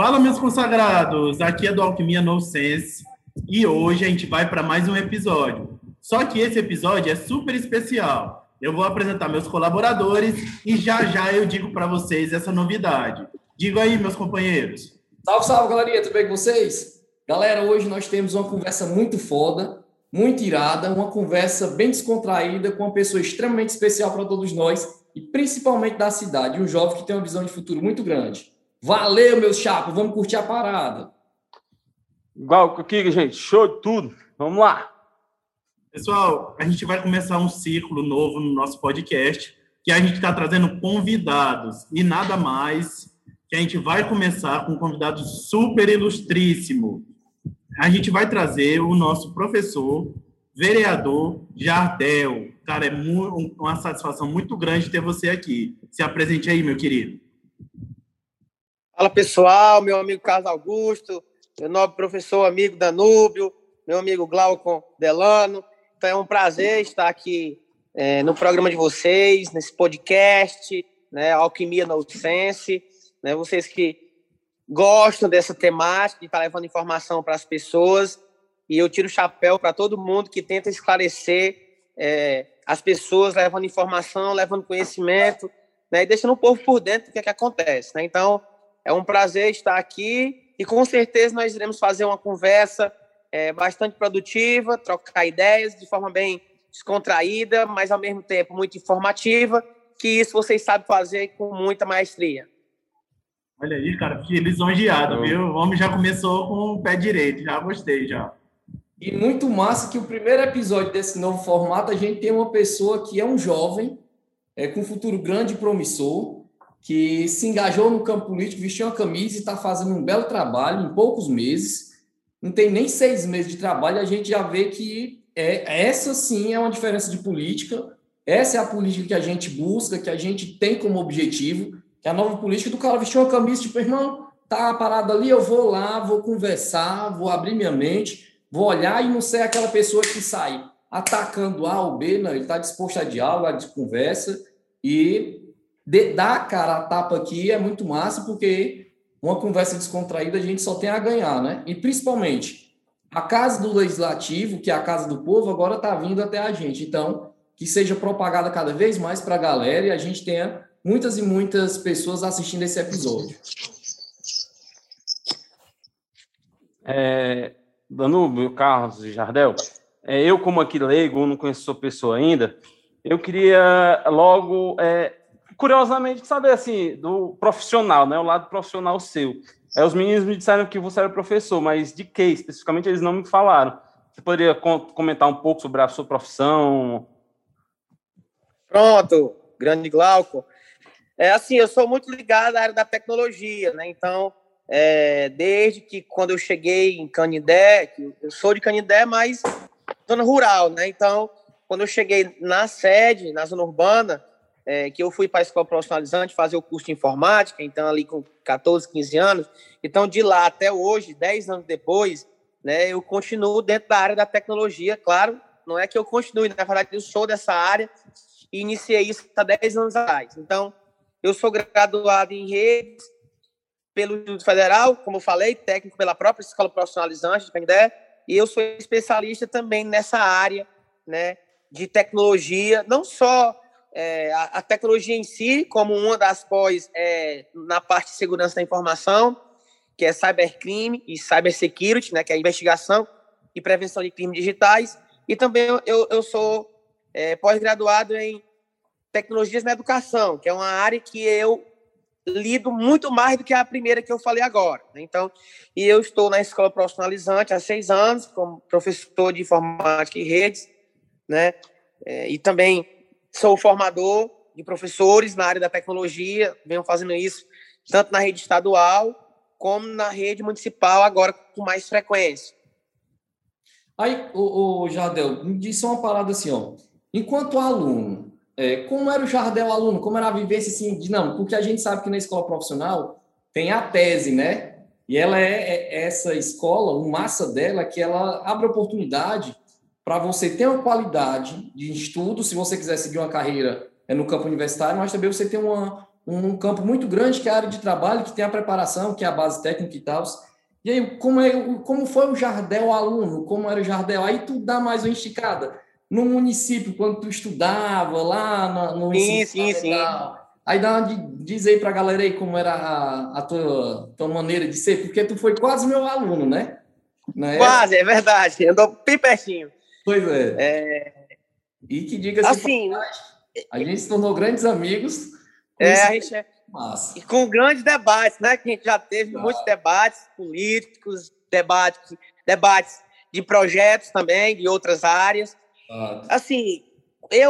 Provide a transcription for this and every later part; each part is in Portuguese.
Fala, meus consagrados! Aqui é do Alquimia No Sense e hoje a gente vai para mais um episódio. Só que esse episódio é super especial. Eu vou apresentar meus colaboradores e já já eu digo para vocês essa novidade. Digo aí, meus companheiros. Salve, salve, galerinha! Tudo bem com vocês? Galera, hoje nós temos uma conversa muito foda, muito irada, uma conversa bem descontraída com uma pessoa extremamente especial para todos nós e principalmente da cidade, um jovem que tem uma visão de futuro muito grande. Valeu, meus chapos, vamos curtir a parada. Igual aqui, gente, show de tudo. Vamos lá. Pessoal, a gente vai começar um ciclo novo no nosso podcast, que a gente está trazendo convidados e nada mais, que a gente vai começar com um convidado super ilustríssimo. A gente vai trazer o nosso professor, vereador Jardel. Cara, é uma satisfação muito grande ter você aqui. Se apresente aí, meu querido. Fala, pessoal, meu amigo Carlos Augusto, meu nobre professor amigo Danúbio, meu amigo Glaucon Delano. Então é um prazer estar aqui no programa de vocês, nesse podcast, né, Alquimia No Sense, né, vocês que gostam dessa temática, de estar levando informação para as pessoas, e eu tiro o chapéu para todo mundo que tenta esclarecer as pessoas, levando informação, levando conhecimento, né, e deixando o povo por dentro do que acontece. Né? Então, é um prazer estar aqui e, com certeza, nós iremos fazer uma conversa bastante produtiva, trocar ideias de forma bem descontraída, mas, ao mesmo tempo, muito informativa, que isso vocês sabem fazer com muita maestria. Olha aí, cara, fiquei lisonjeado, viu? O homem já começou com o pé direito, já gostei, já. E muito massa que o primeiro episódio desse novo formato, a gente tem uma pessoa que é um jovem, com um futuro grande e promissor, que se engajou no campo político, vestiu uma camisa e está fazendo um belo trabalho em poucos meses. Não tem nem 6 meses de trabalho, a gente já vê que essa sim é uma diferença de política. Essa é a política que a gente busca, que a gente tem como objetivo, que é a nova política do cara vestir uma camisa, tipo, irmão, tá parado ali, eu vou lá, vou conversar, vou abrir minha mente, vou olhar e não ser aquela pessoa que sai atacando A ou B, não, ele está disposto a diálogo, a conversa e... dar a cara a tapa aqui é muito massa, porque uma conversa descontraída a gente só tem a ganhar, né? E principalmente, a casa do legislativo, que é a casa do povo, agora está vindo até a gente. Então, que seja propagada cada vez mais para a galera e a gente tenha muitas e muitas pessoas assistindo esse episódio. Danúbio, Carlos e Jardel, eu como aqui leigo, não conheço a sua pessoa ainda, eu queria logo... curiosamente, saber assim, do profissional, né? O lado profissional seu. Os meninos me disseram que você era professor, mas de que especificamente eles não me falaram. Você poderia comentar um pouco sobre a sua profissão? Pronto, grande Glauco. Assim, eu sou muito ligado à área da tecnologia, né? Então, desde que quando eu cheguei em Canindé, eu sou de Canindé, mas zona rural, né? Então, quando eu cheguei na sede, na zona urbana, que eu fui para a escola profissionalizante fazer o curso de informática, então ali com 14, 15 anos. Então, de lá até hoje, 10 anos depois, né, eu continuo dentro da área da tecnologia. Claro, não é que eu continue, na verdade, eu sou dessa área e iniciei isso há 10 anos atrás. Então, eu sou graduado em redes pelo Instituto Federal, como eu falei, técnico pela própria escola profissionalizante de Canindé, e eu sou especialista também nessa área, né, de tecnologia, não só... a tecnologia em si, como uma das pós na parte de segurança da informação, que é cybercrime e cybersecurity, né, que é a investigação e prevenção de crimes digitais, e também eu sou pós-graduado em tecnologias na educação, que é uma área que eu lido muito mais do que a primeira que eu falei agora. Né? Então, e eu estou na escola profissionalizante há 6 anos, como professor de informática e redes, né, e também sou formador de professores na área da tecnologia, venho fazendo isso tanto na rede estadual como na rede municipal, agora com mais frequência. Aí, o Jardel, me disse uma parada assim, ó. Enquanto aluno, como era o Jardel aluno? Como era a vivência assim, dinâmica? Porque a gente sabe que na escola profissional tem a tese, né? E ela essa escola, o massa dela é que ela abre oportunidade para você ter uma qualidade de estudo, se você quiser seguir uma carreira no campo universitário, mas também você tem uma um campo muito grande, que é a área de trabalho, que tem a preparação, que é a base técnica e tal. E aí, como foi o Jardel aluno? Como era o Jardel? Aí tu dá mais uma esticada. No município, quando tu estudava lá no ensino fundamental, aí diz aí para a galera aí como era a tua maneira de ser, porque tu foi quase meu aluno, né? Quase, é verdade. Andou bem pertinho. Pois é. E que diga-se, assim, a gente se tornou grandes amigos. A gente e com grandes debates, né? Que a gente já teve muitos debates políticos, debates de projetos também, de outras áreas. Assim, eu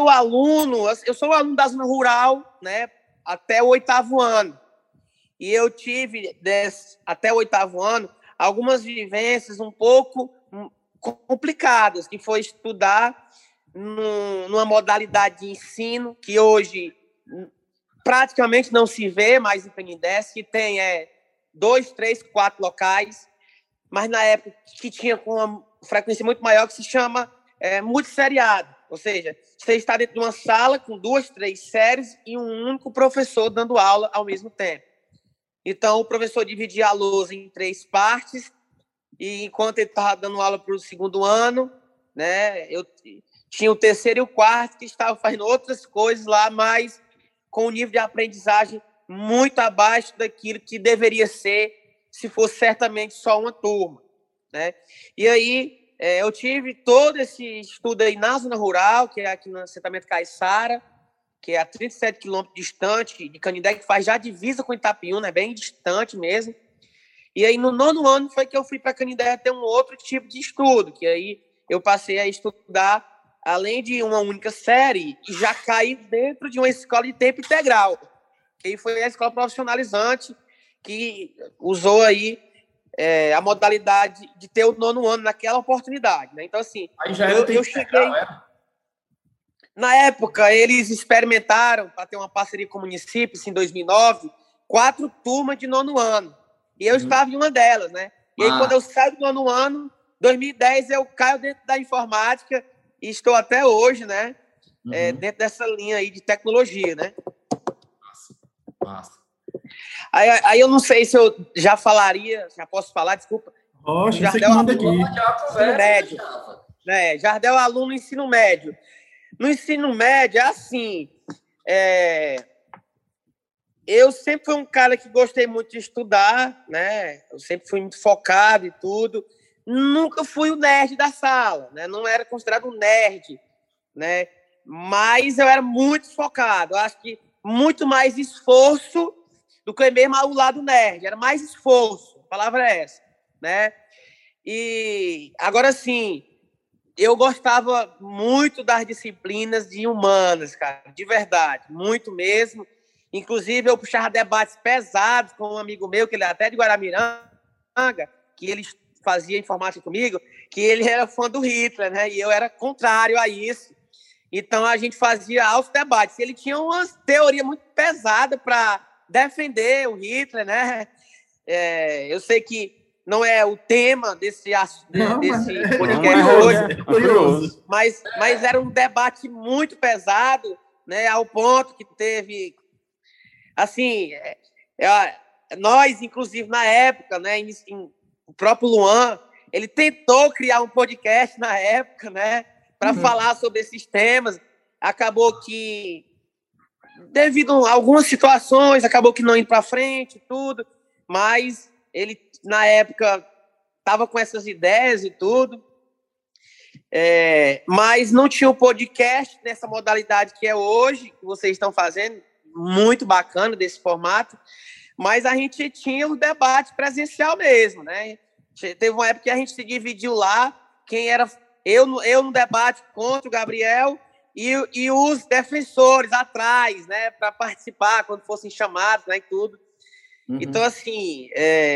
sou aluno da zona rural, né? Até o 8º ano. E eu tive, até o 8º ano, algumas vivências um pouco complicadas, que foi estudar numa modalidade de ensino que hoje praticamente não se vê mais em Canindé, que tem 2, 3, 4 locais, mas na época que tinha com uma frequência muito maior, que se chama multisseriado, ou seja, você está dentro de uma sala com 2, 3 séries e um único professor dando aula ao mesmo tempo. Então, o professor dividia a lousa em 3 partes, e enquanto ele estava dando aula para o 2º ano, né, eu tinha o 3º e o 4º que estavam fazendo outras coisas lá, mas com um nível de aprendizagem muito abaixo daquilo que deveria ser se fosse certamente só uma turma, né? E aí eu tive todo esse estudo aí na zona rural, que é aqui no assentamento Caiçara, que é a 37 quilômetros distante de Canindé, que faz já divisa com Itapiúna, bem distante mesmo. E aí no 9º ano foi que eu fui para Canindé ter um outro tipo de estudo, que aí eu passei a estudar além de uma única série, já caí dentro de uma escola de tempo integral, que foi a escola profissionalizante, que usou aí a modalidade de ter o 9º ano naquela oportunidade, né? Então, assim, eu cheguei... Na época, eles experimentaram, para ter uma parceria com o município, em 2009, 4 turmas de 9º ano. E eu estava em uma delas, né? E aí, quando eu saio do 9º ano, 2010, eu caio dentro da informática, e estou até hoje, né, dentro dessa linha aí de tecnologia, né? Massa. Aí eu não sei se eu já posso falar, desculpa. Oxe, você que manda aqui. Ensino médio. Né? Jardel é aluno no ensino médio. No ensino médio, é assim, eu sempre fui um cara que gostei muito de estudar, né? Eu sempre fui muito focado e tudo. Nunca fui o nerd da sala, né? Não era considerado um nerd, né? Mas eu era muito focado. Eu acho que muito mais esforço do que mesmo ao lado nerd. Era mais esforço, a palavra é essa, né? E agora sim, eu gostava muito das disciplinas de humanas, cara, de verdade, muito mesmo. Inclusive, eu puxava debates pesados com um amigo meu, que ele é até de Guaramiranga, que ele fazia informática comigo, que ele era fã do Hitler, né? E eu era contrário a isso. Então, a gente fazia altos debates. Ele tinha uma teoria muito pesada para defender o Hitler, né? Eu sei que não é o tema desse podcast hoje, mas era um debate muito pesado, né? Ao ponto que teve... Assim, nós, inclusive, na época, né? O próprio Luan, ele tentou criar um podcast na época, né, para falar sobre esses temas. Acabou que, devido a algumas situações, acabou que não indo para frente e tudo, mas ele, na época, estava com essas ideias e tudo, mas não tinha o podcast nessa modalidade que é hoje, que vocês estão fazendo, muito bacana desse formato. Mas a gente tinha o debate presencial mesmo, né? Teve uma época que a gente se dividiu lá, quem era eu no debate contra o Gabriel e os defensores atrás, né, para participar quando fossem chamados, né, e tudo. Então, assim,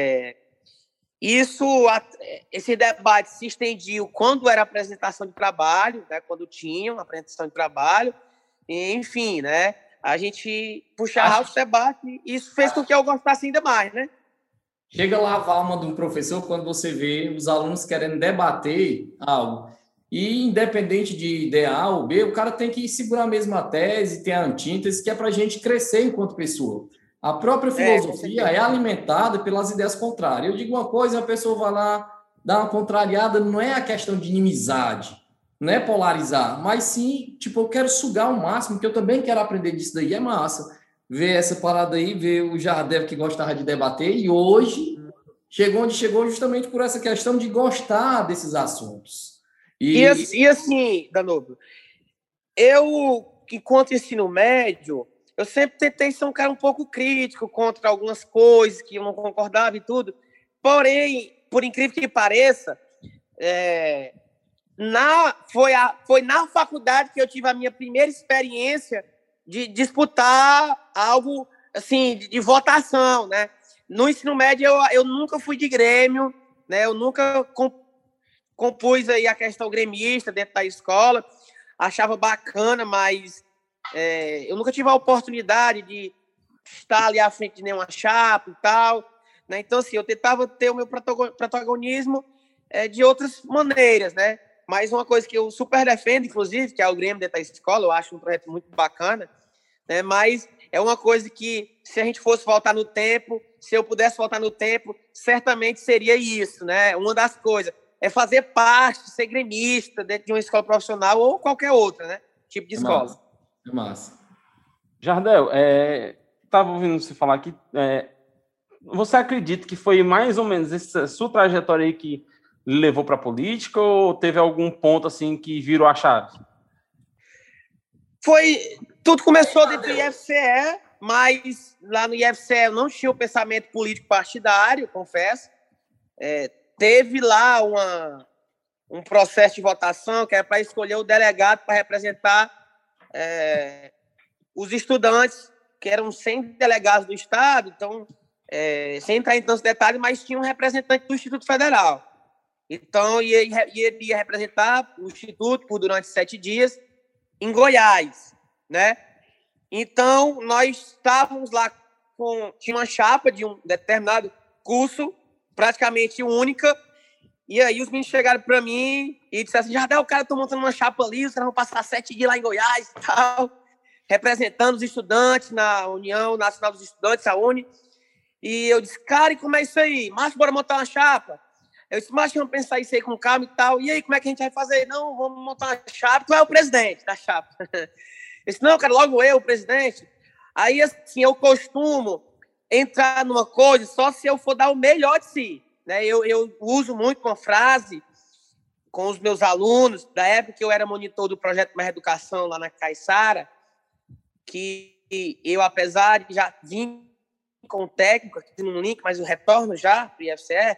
esse debate se estendia quando era apresentação de trabalho, né, quando tinha uma apresentação de trabalho, e, enfim, né? A gente puxava o debate e isso fez com que eu gostasse ainda mais, né? Chega a lavar a alma de um professor quando você vê os alunos querendo debater algo. E independente de ideia A ou B, o cara tem que segurar a mesma tese, ter a antítese, que é para a gente crescer enquanto pessoa. A própria filosofia é alimentada pelas ideias contrárias. Eu digo uma coisa, a pessoa vai lá, dá uma contrariada, não é a questão de inimizade, não é polarizar, mas sim, tipo, eu quero sugar o máximo, que eu também quero aprender disso daí, é massa. Ver essa parada aí, ver o Jardel que gostava de debater, e hoje chegou onde chegou justamente por essa questão de gostar desses assuntos. E assim, Danilo, eu, enquanto ensino médio, eu sempre tentei ser um cara um pouco crítico contra algumas coisas que eu não concordava e tudo. Porém, por incrível que pareça, foi na faculdade que eu tive a minha primeira experiência de disputar algo assim, de votação, né? No ensino médio, eu nunca fui de grêmio, né? Eu nunca compus aí a questão gremista dentro da escola, achava bacana, mas eu nunca tive a oportunidade de estar ali à frente de nenhuma chapa e tal, né? Então, assim, eu tentava ter o meu protagonismo de outras maneiras, né? Mas uma coisa que eu super defendo, inclusive, que é o Grêmio dentro da escola, eu acho um projeto muito bacana, né? Mas é uma coisa que, se a gente fosse voltar no tempo, se eu pudesse voltar no tempo, certamente seria isso, né? Uma das coisas é fazer parte, ser gremista dentro de uma escola profissional ou qualquer outra, né? Tipo de escola. É massa. Jardel, estava ouvindo você falar que você acredita que foi mais ou menos essa sua trajetória aí que lhe levou para a política ou teve algum ponto assim que virou a chave? Tudo começou dentro do IFCE, mas lá no IFCE eu não tinha o pensamento político partidário, confesso. Teve lá um processo de votação que era para escolher o delegado para representar os estudantes, que eram 100 delegados do Estado, então, sem entrar em tantos detalhes, mas tinha um representante do Instituto Federal. Então, ia representar o Instituto durante 7 dias em Goiás, né? Então, nós estávamos lá tinha uma chapa de um determinado curso, praticamente única, e aí os meninos chegaram para mim e disseram assim, Jardel, o cara tá montando uma chapa ali, os caras vão passar 7 dias lá em Goiás e tal, representando os estudantes na União Nacional dos Estudantes, a UNE. E eu disse, cara, e como é isso aí? Macho, bora montar uma chapa? Eu disse, macho, vamos pensar isso aí com calma e tal. E aí, como é que a gente vai fazer? Não, vamos montar uma chapa. Tu é o presidente da chapa. Eu disse, não, cara, logo eu, o presidente. Aí, assim, eu costumo entrar numa coisa só se eu for dar o melhor de si, né? Eu uso muito uma frase com os meus alunos, da época que eu era monitor do Projeto Mais Educação lá na Caiçara, que eu, apesar de já vir com o técnico aqui no link, mas eu retorno já para o IFCE,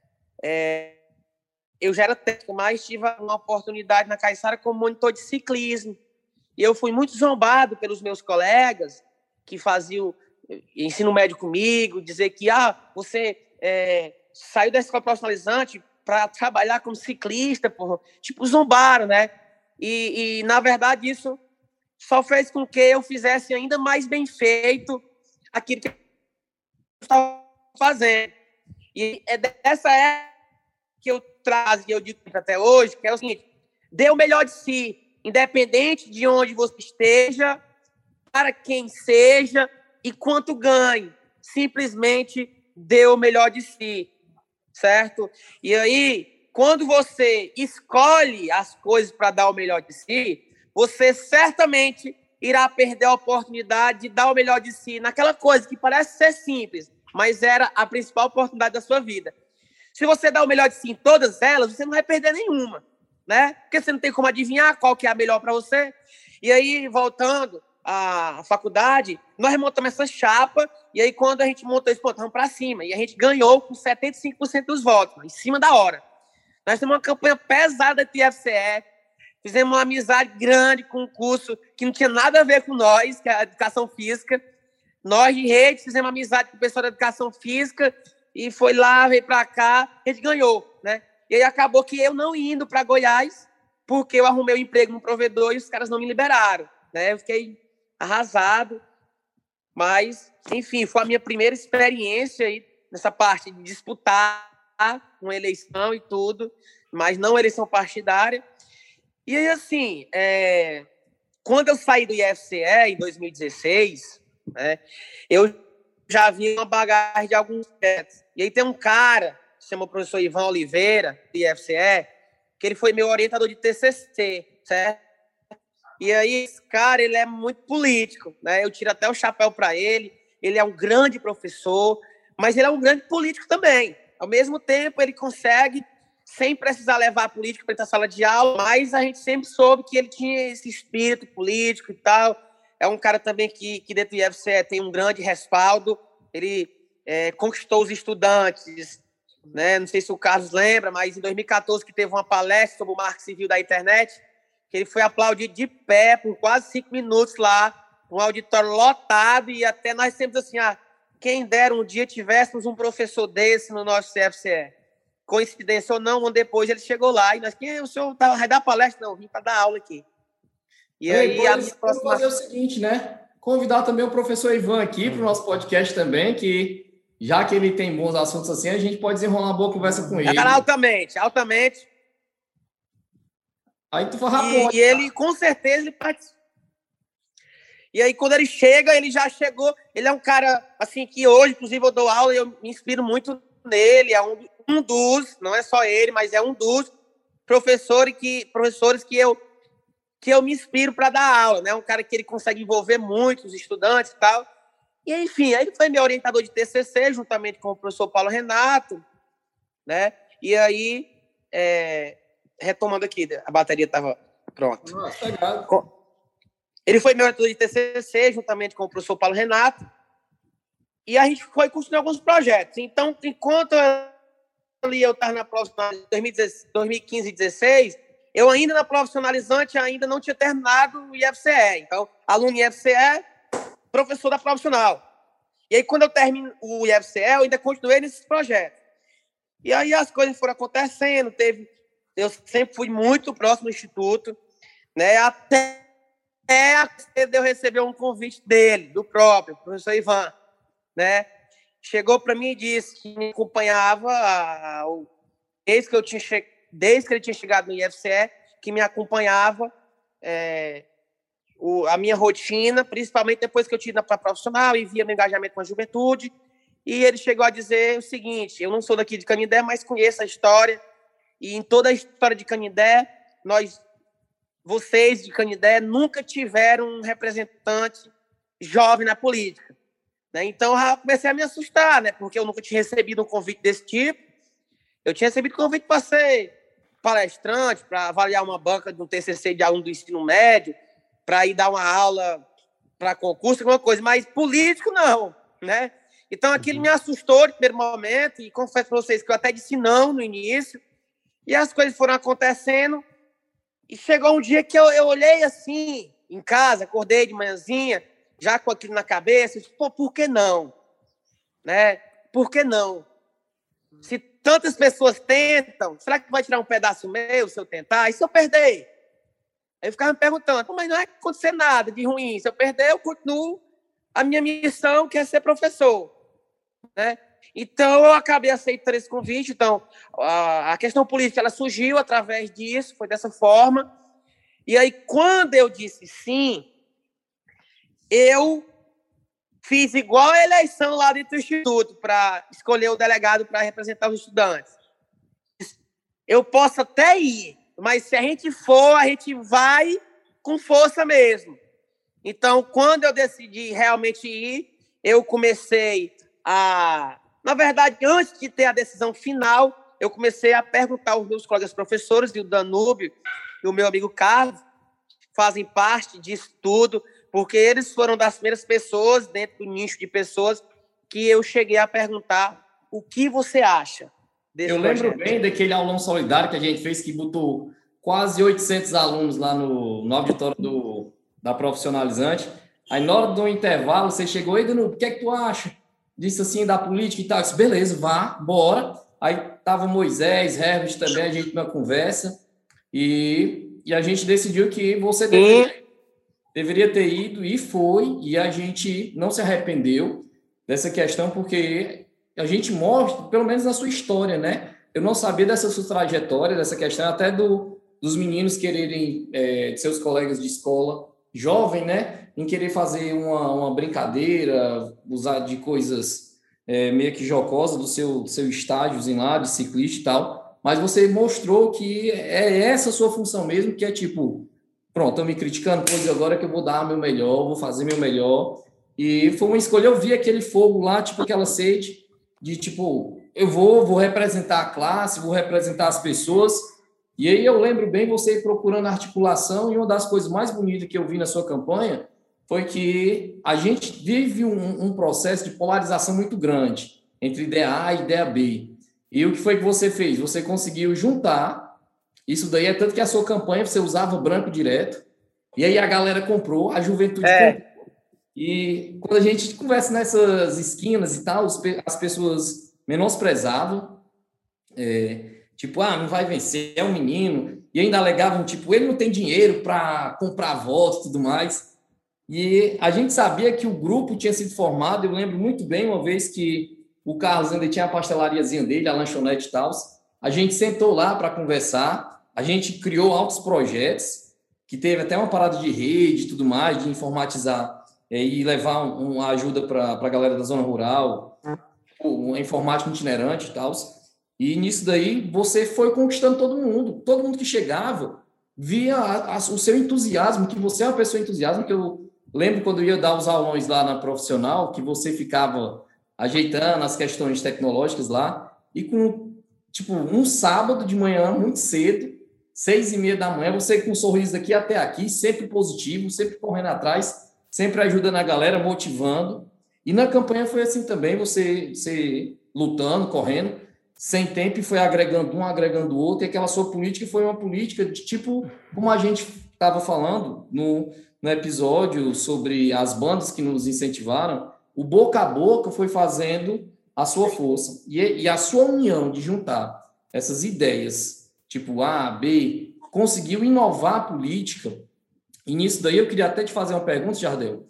eu já era técnico, mas tive uma oportunidade na Caiçara como monitor de ciclismo. E eu fui muito zombado pelos meus colegas que faziam ensino médio comigo, dizer que você saiu da escola profissionalizante para trabalhar como ciclista, porra. Tipo, zombaram, né? E, na verdade, isso só fez com que eu fizesse ainda mais bem feito aquilo que eu estava fazendo. E é dessa época que eu trago, e eu digo até hoje, que é o seguinte, dê o melhor de si, independente de onde você esteja, para quem seja e quanto ganhe. Simplesmente dê o melhor de si, certo? E aí, quando você escolhe as coisas para dar o melhor de si, você certamente irá perder a oportunidade de dar o melhor de si naquela coisa que parece ser simples, mas era a principal oportunidade da sua vida. Se você dá o melhor de si em todas elas, você não vai perder nenhuma, né? Porque você não tem como adivinhar qual que é a melhor para você. E aí, voltando à faculdade, nós remontamos essa chapa, e aí quando a gente montou esse botão para cima, e a gente ganhou com 75% dos votos, em cima da hora. Nós temos uma campanha pesada do IFCE, fizemos uma amizade grande com um curso que não tinha nada a ver com nós, que é a Educação Física. Nós, de rede, fizemos amizade com o pessoal da Educação Física, e foi lá, veio para cá, a gente ganhou, né? E aí acabou que eu não indo para Goiás, porque eu arrumei um emprego no provedor e os caras não me liberaram, né? Eu fiquei arrasado, mas, enfim, foi a minha primeira experiência aí nessa parte de disputar uma eleição e tudo, mas não eleição partidária. E aí, assim, quando eu saí do IFCE em 2016, né, eu já havia uma bagagem de alguns projetos. E aí tem um cara, que se chama o professor Ivan Oliveira, do IFCE, que ele foi meu orientador de TCC, certo? E aí esse cara, ele é muito político, né? Eu tiro até o chapéu para ele. Ele é um grande professor, mas ele é um grande político também. Ao mesmo tempo, ele consegue, sem precisar levar a política para a sala de aula, mas a gente sempre soube que ele tinha esse espírito político e tal. É um cara também que dentro do IFCE tem um grande respaldo. Ele conquistou os estudantes, né? Não sei se o Carlos lembra, mas em 2014 que teve uma palestra sobre o marco civil da internet, que ele foi aplaudido de pé por quase 5 minutos lá, um auditório lotado, e até nós temos assim, quem dera um dia tivéssemos um professor desse no nosso CFCE. Coincidência ou não, um ano depois ele chegou lá, e nós, o senhor vai dar palestra? Não, vim para dar aula aqui. E aí, vamos fazer o seguinte, né? Convidar também o professor Ivan aqui para o nosso podcast também, que já que ele tem bons assuntos assim, a gente pode desenrolar uma boa conversa com ele. Altamente. Aí tu fala e ele, com certeza, ele participa. E aí, quando ele chega, ele já chegou. Ele é um cara, assim, que hoje, inclusive, eu dou aula e eu me inspiro muito nele. É um dos, não é só ele, mas é um dos professores que eu me inspiro para dar aula, né? Um cara que ele consegue envolver muitos estudantes e tal. E, enfim, aí ele foi meu orientador de TCC, juntamente com o professor Paulo Renato, né? E aí, retomando aqui, a bateria estava pronta. Nossa, legal. Ele foi meu orientador de TCC, juntamente com o professor Paulo Renato, e a gente foi construindo alguns projetos. Então, enquanto eu estava na profissionalizante 2015 e 2016, eu ainda na profissionalizante ainda não tinha terminado o IFCE. Então, aluno IFCE, professor da profissional. E aí, quando eu termino o IFCE, eu ainda continuei nesses projetos. E aí as coisas foram acontecendo, eu sempre fui muito próximo do Instituto, né? Até eu receber um convite dele, do próprio professor Ivan, né? Chegou para mim e disse que me acompanhava desde que ele tinha chegado no IFCE, que me acompanhava a minha rotina, principalmente depois que eu tinha ido para a profissional e via meu engajamento com a juventude. E ele chegou a dizer o seguinte: eu não sou daqui de Canindé, mas conheço a história, e em toda a história de Canindé, vocês de Canindé nunca tiveram um representante jovem na política, né? Então eu comecei a me assustar, né? Porque eu nunca tinha recebido um convite desse tipo. Eu tinha recebido convite para ser palestrante, para avaliar uma banca de um TCC de aluno do ensino médio, para ir dar uma aula para concurso, alguma coisa, mas político não, né? Então aquilo me assustou no primeiro momento, e confesso para vocês que eu até disse não no início, e as coisas foram acontecendo. E chegou um dia que eu olhei assim, em casa, acordei de manhãzinha, já com aquilo na cabeça, e disse, por que não? Né? Por que não? Se tantas pessoas tentam, será que vai tirar um pedaço meu se eu tentar? E se eu perder? Aí eu ficava me perguntando, mas não vai acontecer nada de ruim. Se eu perder, eu continuo a minha missão, que é ser professor, né? Então, eu acabei aceitando esse convite. Então, a questão política ela surgiu através disso, foi dessa forma. E aí, quando eu disse sim, eu fiz igual a eleição lá dentro do Instituto, para escolher o delegado para representar os estudantes. Eu posso até ir, mas se a gente for, a gente vai com força mesmo. Então, quando eu decidi realmente ir, eu comecei a... Na verdade, antes de ter a decisão final, eu comecei a perguntar aos meus colegas professores, e o Danúbio e o meu amigo Carlos, que fazem parte disso tudo, porque eles foram das primeiras pessoas, dentro do nicho de pessoas, que eu cheguei a perguntar o que você acha desse projeto. Eu lembro bem daquele aulão solidário que a gente fez, que botou quase 800 alunos lá no auditório da profissionalizante. Aí, na hora do intervalo, você chegou, e Danúbio, o que é que tu acha? Disse assim, da política e tal. Eu disse, beleza, vá, bora. Aí tava Moisés, Herbert também, a gente na conversa, e a gente decidiu que você deveria ter ido, e foi, e a gente não se arrependeu dessa questão, porque a gente mostra, pelo menos na sua história, né? Eu não sabia dessa sua trajetória, dessa questão até dos dos meninos quererem, de seus colegas de escola, jovem, né, em querer fazer uma brincadeira, usar de coisas meio que jocosas do seu estágiozinho lá, de ciclista e tal, mas você mostrou que é essa a sua função mesmo, que é tipo, pronto, estão me criticando, pois agora que eu vou dar meu melhor, vou fazer meu melhor, e foi uma escolha, eu vi aquele fogo lá, tipo aquela sede de tipo, eu vou representar a classe, vou representar as pessoas. E aí eu lembro bem você procurando articulação, e uma das coisas mais bonitas que eu vi na sua campanha foi que a gente vive um processo de polarização muito grande entre ideia A e ideia B. E o que foi que você fez? Você conseguiu juntar, isso daí é tanto que a sua campanha você usava branco direto, e aí a galera comprou, a juventude comprou. E quando a gente conversa nessas esquinas e tal, as pessoas menosprezavam, tipo, não vai vencer, é um menino, e ainda alegavam, tipo, ele não tem dinheiro para comprar votos e tudo mais. E a gente sabia que o grupo tinha sido formado, eu lembro muito bem uma vez que o Carlos ainda tinha a pastelariazinha dele, a lanchonete e tal, a gente sentou lá para conversar, a gente criou altos projetos, que teve até uma parada de rede e tudo mais, de informatizar e levar uma ajuda para a galera da zona rural, uma informática itinerante e tal. E nisso daí você foi conquistando todo mundo que chegava via o seu entusiasmo, que você é uma pessoa entusiasmo, que eu lembro quando eu ia dar os aulões lá na profissional, que você ficava ajeitando as questões tecnológicas lá, e com, tipo, um sábado de manhã, muito cedo, 6:30 da manhã, você com um sorriso daqui até aqui, sempre positivo, sempre correndo atrás, sempre ajudando a galera, motivando. E na campanha foi assim também, você lutando, correndo, sem tempo, e foi agregando um, agregando o outro, e aquela sua política foi uma política de tipo, como a gente estava falando no episódio sobre as bandas que nos incentivaram, o boca a boca foi fazendo a sua força, e a sua união de juntar essas ideias, tipo A, B, conseguiu inovar a política. E nisso daí eu queria até te fazer uma pergunta, Jardel.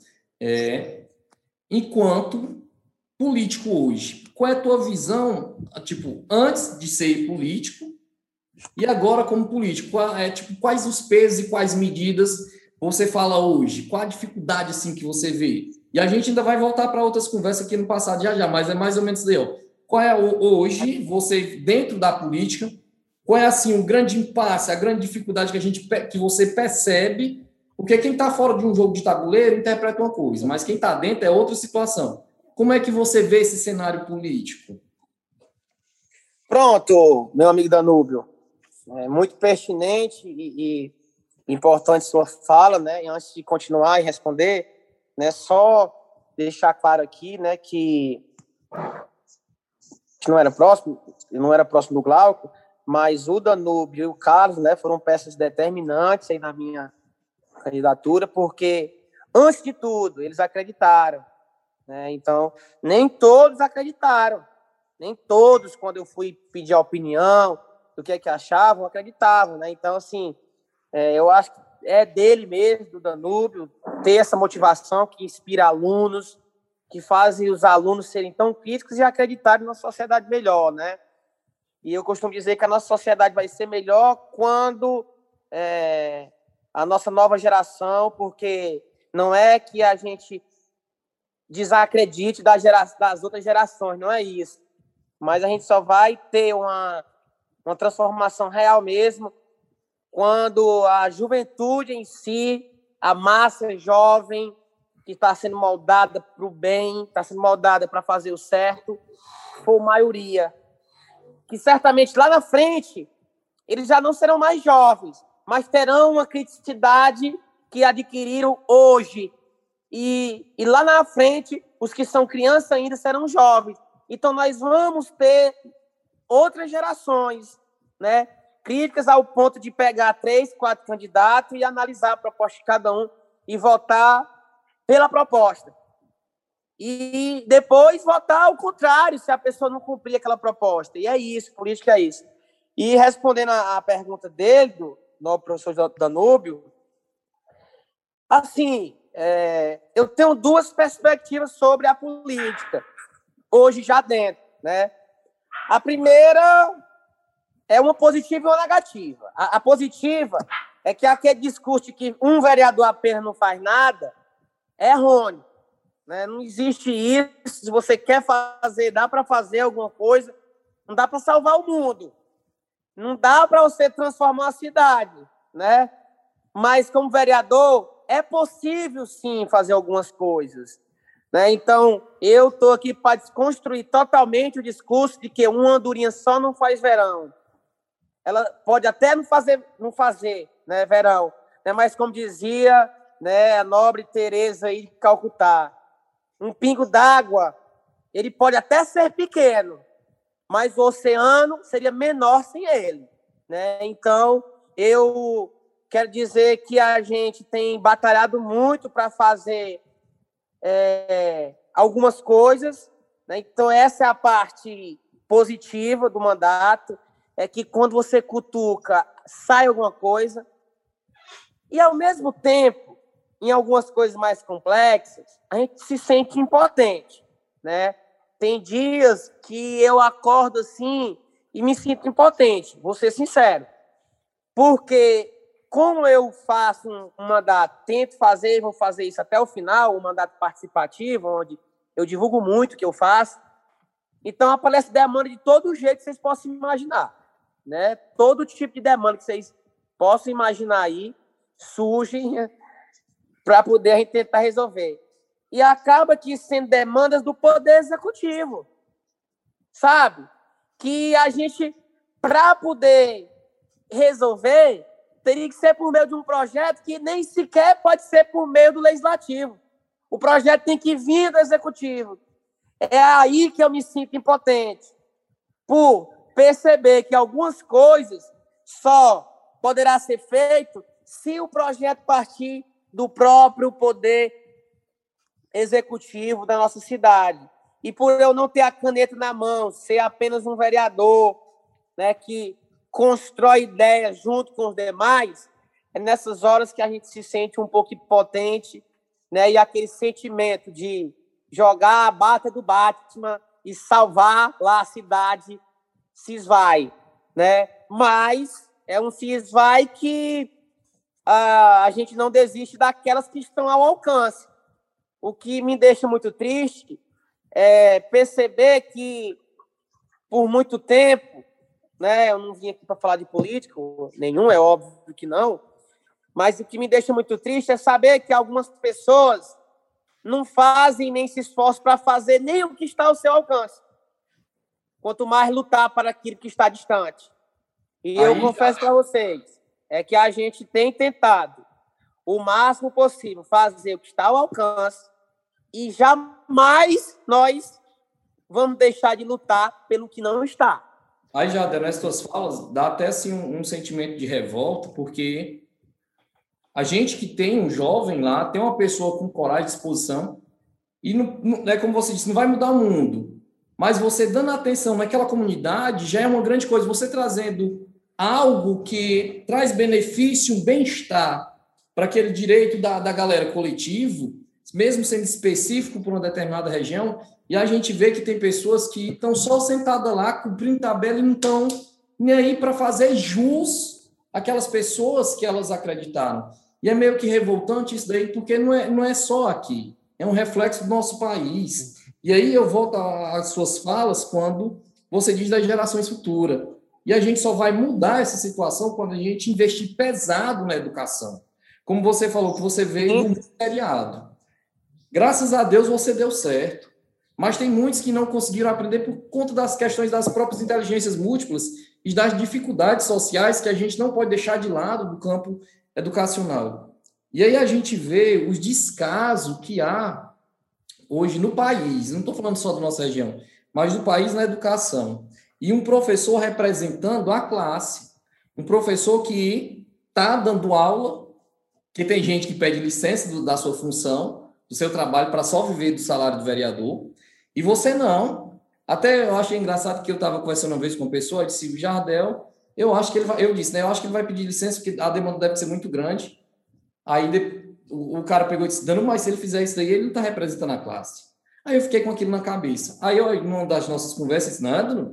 Enquanto político hoje, qual é a tua visão, tipo, antes de ser político e agora como político? Quais os pesos e quais medidas você fala hoje? Qual a dificuldade assim que você vê? E a gente ainda vai voltar para outras conversas aqui no passado já, mas é mais ou menos isso daí, ó. Qual é hoje, você dentro da política, qual é assim o grande impasse, a grande dificuldade que você percebe? Porque quem está fora de um jogo de tabuleiro interpreta uma coisa, mas quem está dentro é outra situação. Como é que você vê esse cenário político? Pronto, meu amigo Danúbio. É muito pertinente e importante sua fala, né? E antes de continuar e responder, né, só deixar claro aqui, né, que não era próximo do Glauco, mas o Danúbio e o Carlos, né, foram peças determinantes aí na minha candidatura, porque, antes de tudo, eles acreditaram, né? Então, nem todos acreditaram, nem todos, quando eu fui pedir a opinião do que achavam, acreditavam, né? Então, assim, eu acho que é dele mesmo, do Danúbio, ter essa motivação que inspira alunos, que fazem os alunos serem tão críticos e acreditarem numa sociedade melhor, né? E eu costumo dizer que a nossa sociedade vai ser melhor quando a nossa nova geração, porque não é que a gente desacredite das outras gerações, não é isso. Mas a gente só vai ter uma transformação real mesmo quando a juventude em si, a massa jovem que está sendo moldada para o bem, está sendo moldada para fazer o certo, for maioria. Que certamente lá na frente eles já não serão mais jovens, mas terão uma criticidade que adquiriram hoje. E lá na frente, os que são crianças ainda serão jovens. Então, nós vamos ter outras gerações, né, críticas ao ponto de pegar 3, 4 candidatos e analisar a proposta de cada um e votar pela proposta. E depois votar ao contrário, se a pessoa não cumprir aquela proposta. E é isso, política é isso. E respondendo a pergunta dele, do novo professor Danúbio, assim, eu tenho 2 perspectivas sobre a política, hoje já dentro, né? A primeira é uma positiva e uma negativa. A positiva é que aquele discurso de que um vereador apenas não faz nada é errôneo, né? Não existe isso. Se você quer fazer, dá para fazer alguma coisa, não dá para salvar o mundo, não dá para você transformar a cidade, né? Mas, como vereador, é possível, sim, fazer algumas coisas, né? Então, eu estou aqui para desconstruir totalmente o discurso de que uma andorinha só não faz verão. Ela pode até não fazer, né, verão, né? Mas, como dizia, né, a nobre Teresa de Calcutá, um pingo d'água, ele pode até ser pequeno, mas o oceano seria menor sem ele, né? Então, eu quero dizer que a gente tem batalhado muito para fazer algumas coisas, né? Então, essa é a parte positiva do mandato, é que quando você cutuca, sai alguma coisa. E, ao mesmo tempo, em algumas coisas mais complexas, a gente se sente impotente, né? Tem dias que eu acordo assim e me sinto impotente, vou ser sincero. Porque, como eu faço um mandato, tento fazer, vou fazer isso até o final, um mandato participativo, onde eu divulgo muito o que eu faço, então aparece demanda de todo jeito que vocês possam imaginar, né? Todo tipo de demanda que vocês possam imaginar aí surgem para poder a gente tentar resolver. E acaba que sendo demandas do Poder Executivo, sabe? Que a gente, para poder resolver, teria que ser por meio de um projeto que nem sequer pode ser por meio do Legislativo. O projeto tem que vir do Executivo. É aí que eu me sinto impotente, por perceber que algumas coisas só poderá ser feito se o projeto partir do próprio Poder Executivo da nossa cidade. E por eu não ter a caneta na mão, ser apenas um vereador, né, que constrói ideias junto com os demais, é nessas horas que a gente se sente um pouco impotente, né, e aquele sentimento de jogar a bata do Batman e salvar lá a cidade se esvai, né? Mas é um se esvai que a gente não desiste daquelas que estão ao alcance. O que me deixa muito triste é perceber que, por muito tempo, né, eu não vim aqui para falar de político nenhum, é óbvio que não, mas o que me deixa muito triste é saber que algumas pessoas não fazem nem se esforçam para fazer nem o que está ao seu alcance, quanto mais lutar para aquilo que está distante. E eu confesso para vocês, é que a gente tem tentado o máximo possível fazer o que está ao alcance e jamais nós vamos deixar de lutar pelo que não está. Aí, Jardel, nas tuas falas, dá até assim um sentimento de revolta, porque a gente que tem um jovem lá, tem uma pessoa com coragem, disposição, e não é como você disse, não vai mudar o mundo, mas você dando atenção naquela comunidade já é uma grande coisa, você trazendo algo que traz benefício, um bem-estar para aquele direito da galera coletivo, mesmo sendo específico para uma determinada região, e a gente vê que tem pessoas que estão só sentadas lá, cumprindo tabela e não estão nem aí para fazer jus àquelas pessoas que elas acreditaram. E é meio que revoltante isso daí, porque não é só aqui, é um reflexo do nosso país. E aí eu volto às suas falas quando você diz das gerações futuras. E a gente só vai mudar essa situação quando a gente investir pesado na educação. Como você falou, que você veio do ministeriado. Graças a Deus você deu certo. Mas tem muitos que não conseguiram aprender por conta das questões das próprias inteligências múltiplas e das dificuldades sociais que a gente não pode deixar de lado do campo educacional. E aí a gente vê os descasos que há hoje no país, não estou falando só da nossa região, mas do país na educação. E um professor representando a classe, um professor que está dando aula, que tem gente que pede licença da sua função, do seu trabalho, para só viver do salário do vereador, e você não. Até eu achei engraçado que eu estava conversando uma vez com uma pessoa, eu disse, Jardel, eu acho que ele vai, eu disse, né, eu acho que ele vai pedir licença, porque a demanda deve ser muito grande. Aí o cara pegou e disse, Dano, mas se ele fizer isso daí, ele não está representando a classe. Aí eu fiquei com aquilo na cabeça. Aí eu, numa das nossas conversas, disse, não, Dano,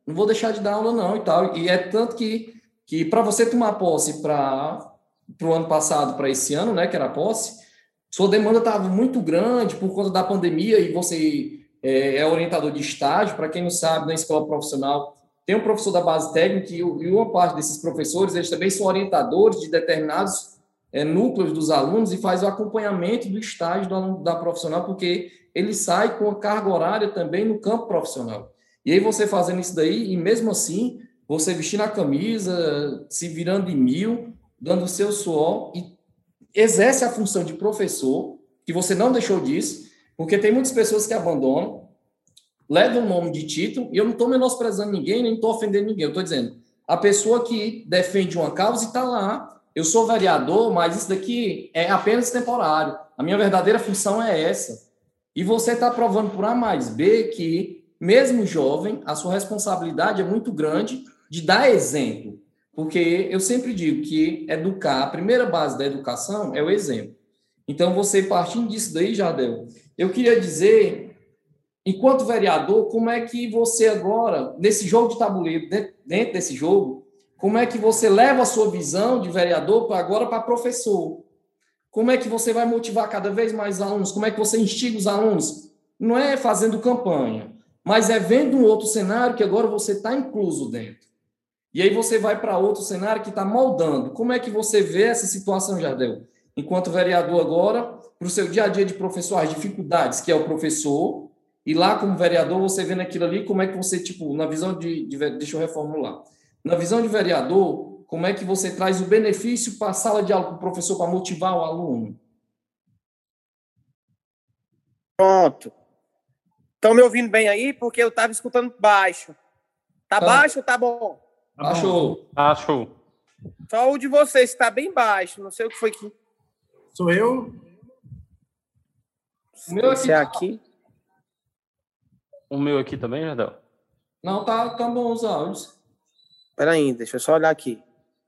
não vou deixar de dar aula não e tal. E é tanto que para você tomar posse para o ano passado, para esse ano, né, que era a posse, sua demanda estava muito grande por conta da pandemia e você é orientador de estágio. Para quem não sabe, na escola profissional tem um professor da base técnica e uma parte desses professores, eles também são orientadores de determinados núcleos dos alunos e faz o acompanhamento do estágio do aluno da profissional, porque ele sai com a carga horária também no campo profissional. E aí você fazendo isso daí, e mesmo assim, você vestindo a camisa, se virando de mil, dando o seu suor, e exerce a função de professor, que você não deixou disso, porque tem muitas pessoas que abandonam, levam o nome de título, e eu não estou menosprezando ninguém, nem estou ofendendo ninguém, eu estou dizendo, a pessoa que defende uma causa e está lá, eu sou vereador, mas isso daqui é apenas temporário, a minha verdadeira função é essa. E você está provando por A mais B que, mesmo jovem, a sua responsabilidade é muito grande de dar exemplo. Porque eu sempre digo que educar, a primeira base da educação é o exemplo. Então, você partindo disso daí, Jardel, eu queria dizer, enquanto vereador, como é que você agora, nesse jogo de tabuleiro, dentro desse jogo, como é que você leva a sua visão de vereador agora para professor? Como é que você vai motivar cada vez mais alunos? Como é que você instiga os alunos? Não é fazendo campanha, mas é vendo um outro cenário que agora você está incluso dentro. E aí você vai para outro cenário que está moldando. Como é que você vê essa situação, Jardel? Enquanto vereador agora, para o seu dia a dia de professor, as dificuldades que é o professor, e lá como vereador você vendo aquilo ali, como é que você, na visão deixa eu reformular. Na visão de vereador, como é que você traz o benefício para a sala de aula, para o professor, para motivar o aluno? Pronto. Estão me ouvindo bem aí? Porque eu estava escutando baixo. Tá baixo ou tá bom? Achou. Achou. Só o de vocês está bem baixo. Não sei o que foi que... Sou eu? O meu aqui. O meu aqui também, Jardel? Não, tá bom os áudios. Espera aí, deixa eu só olhar aqui.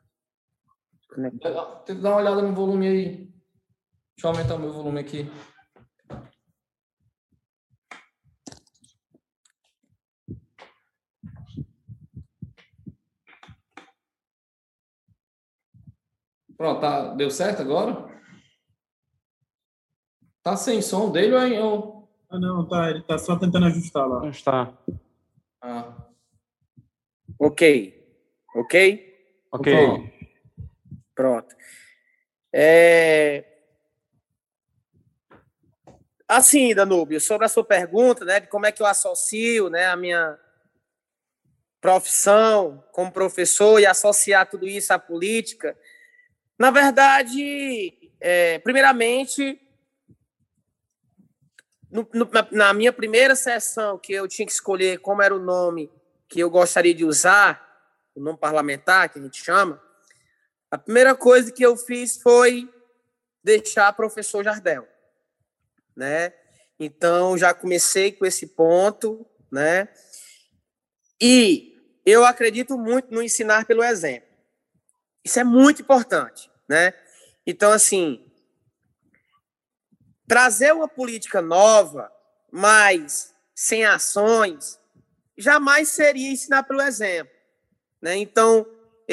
Tem que dar uma olhada no volume aí. Deixa eu aumentar o meu volume aqui. Pronto, deu certo agora? Tá sem som dele ou Ah, não, tá. Ele tá só tentando ajustar lá. Não está. Ok. Pronto. Assim, Danúbio, sobre a sua pergunta, né, de como é que eu associo, né, a minha profissão como professor e associar tudo isso à política, na verdade, primeiramente, na minha primeira sessão, que eu tinha que escolher como era o nome que eu gostaria de usar, o nome parlamentar, que a gente chama, a primeira coisa que eu fiz foi deixar professor Jardel, né? Então, já comecei com esse ponto, né? E eu acredito muito no ensinar pelo exemplo. Isso é muito importante, né? Então, assim, trazer uma política nova, mas sem ações, jamais seria ensinar pelo exemplo, né? Então,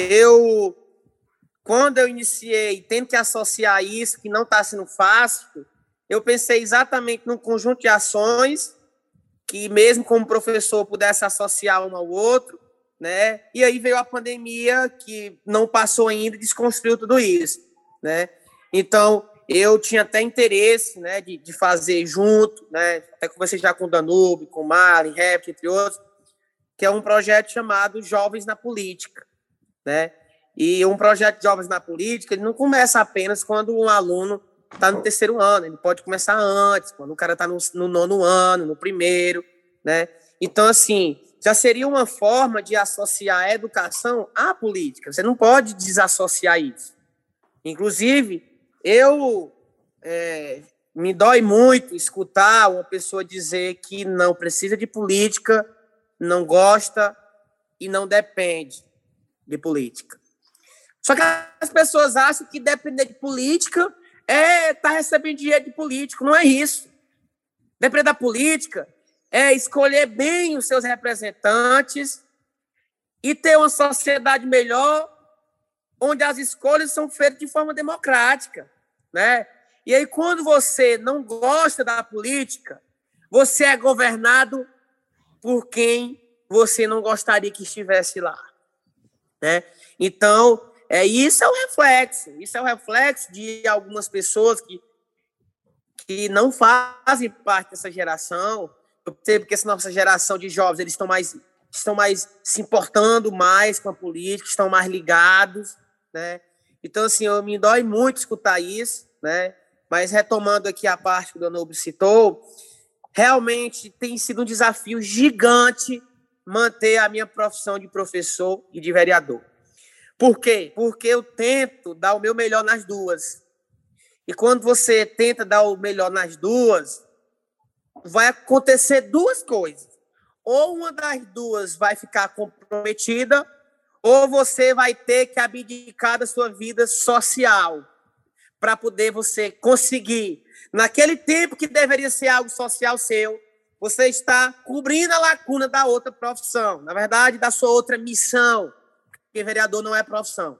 quando eu iniciei, tendo que associar isso, que não está sendo fácil, eu pensei exatamente num conjunto de ações que, mesmo como professor, pudesse associar um ao outro, né? E aí veio a pandemia, que não passou ainda e desconstruiu tudo isso, né? Então, eu tinha até interesse, né, de fazer junto, né? Até conversei já com o Danúbio, com o Marlon, Rap, entre outros, que é um projeto chamado Jovens na Política, né? E um projeto de Jovens na Política, ele não começa apenas quando um aluno está no terceiro ano, ele pode começar antes, quando o cara está no nono ano, no primeiro, né? Então, assim, já seria uma forma de associar a educação à política. Você não pode desassociar isso. Inclusive, me dói muito escutar uma pessoa dizer que não precisa de política, não gosta e não depende de política. Só que as pessoas acham que depender de política é estar recebendo dinheiro de político. Não é isso. Depender da política é escolher bem os seus representantes, e ter uma sociedade melhor, onde as escolhas são feitas de forma democrática, né? E aí, quando você não gosta da política, você é governado por quem você não gostaria que estivesse lá, né? Então, isso é o reflexo de algumas pessoas que não fazem parte dessa geração. Eu percebo que essa nossa geração de jovens, eles estão mais se importando mais com a política, estão mais ligados, né? Então, assim, me dói muito escutar isso, né? Mas retomando aqui a parte que o Danúbio citou, realmente tem sido um desafio gigante manter a minha profissão de professor e de vereador. Por quê? Porque eu tento dar o meu melhor nas duas. E quando você tenta dar o melhor nas duas, vai acontecer duas coisas. Ou uma das duas vai ficar comprometida, ou você vai ter que abdicar da sua vida social para poder você conseguir, naquele tempo que deveria ser algo social seu, você está cobrindo a lacuna da outra profissão, na verdade, da sua outra missão, porque vereador não é profissão.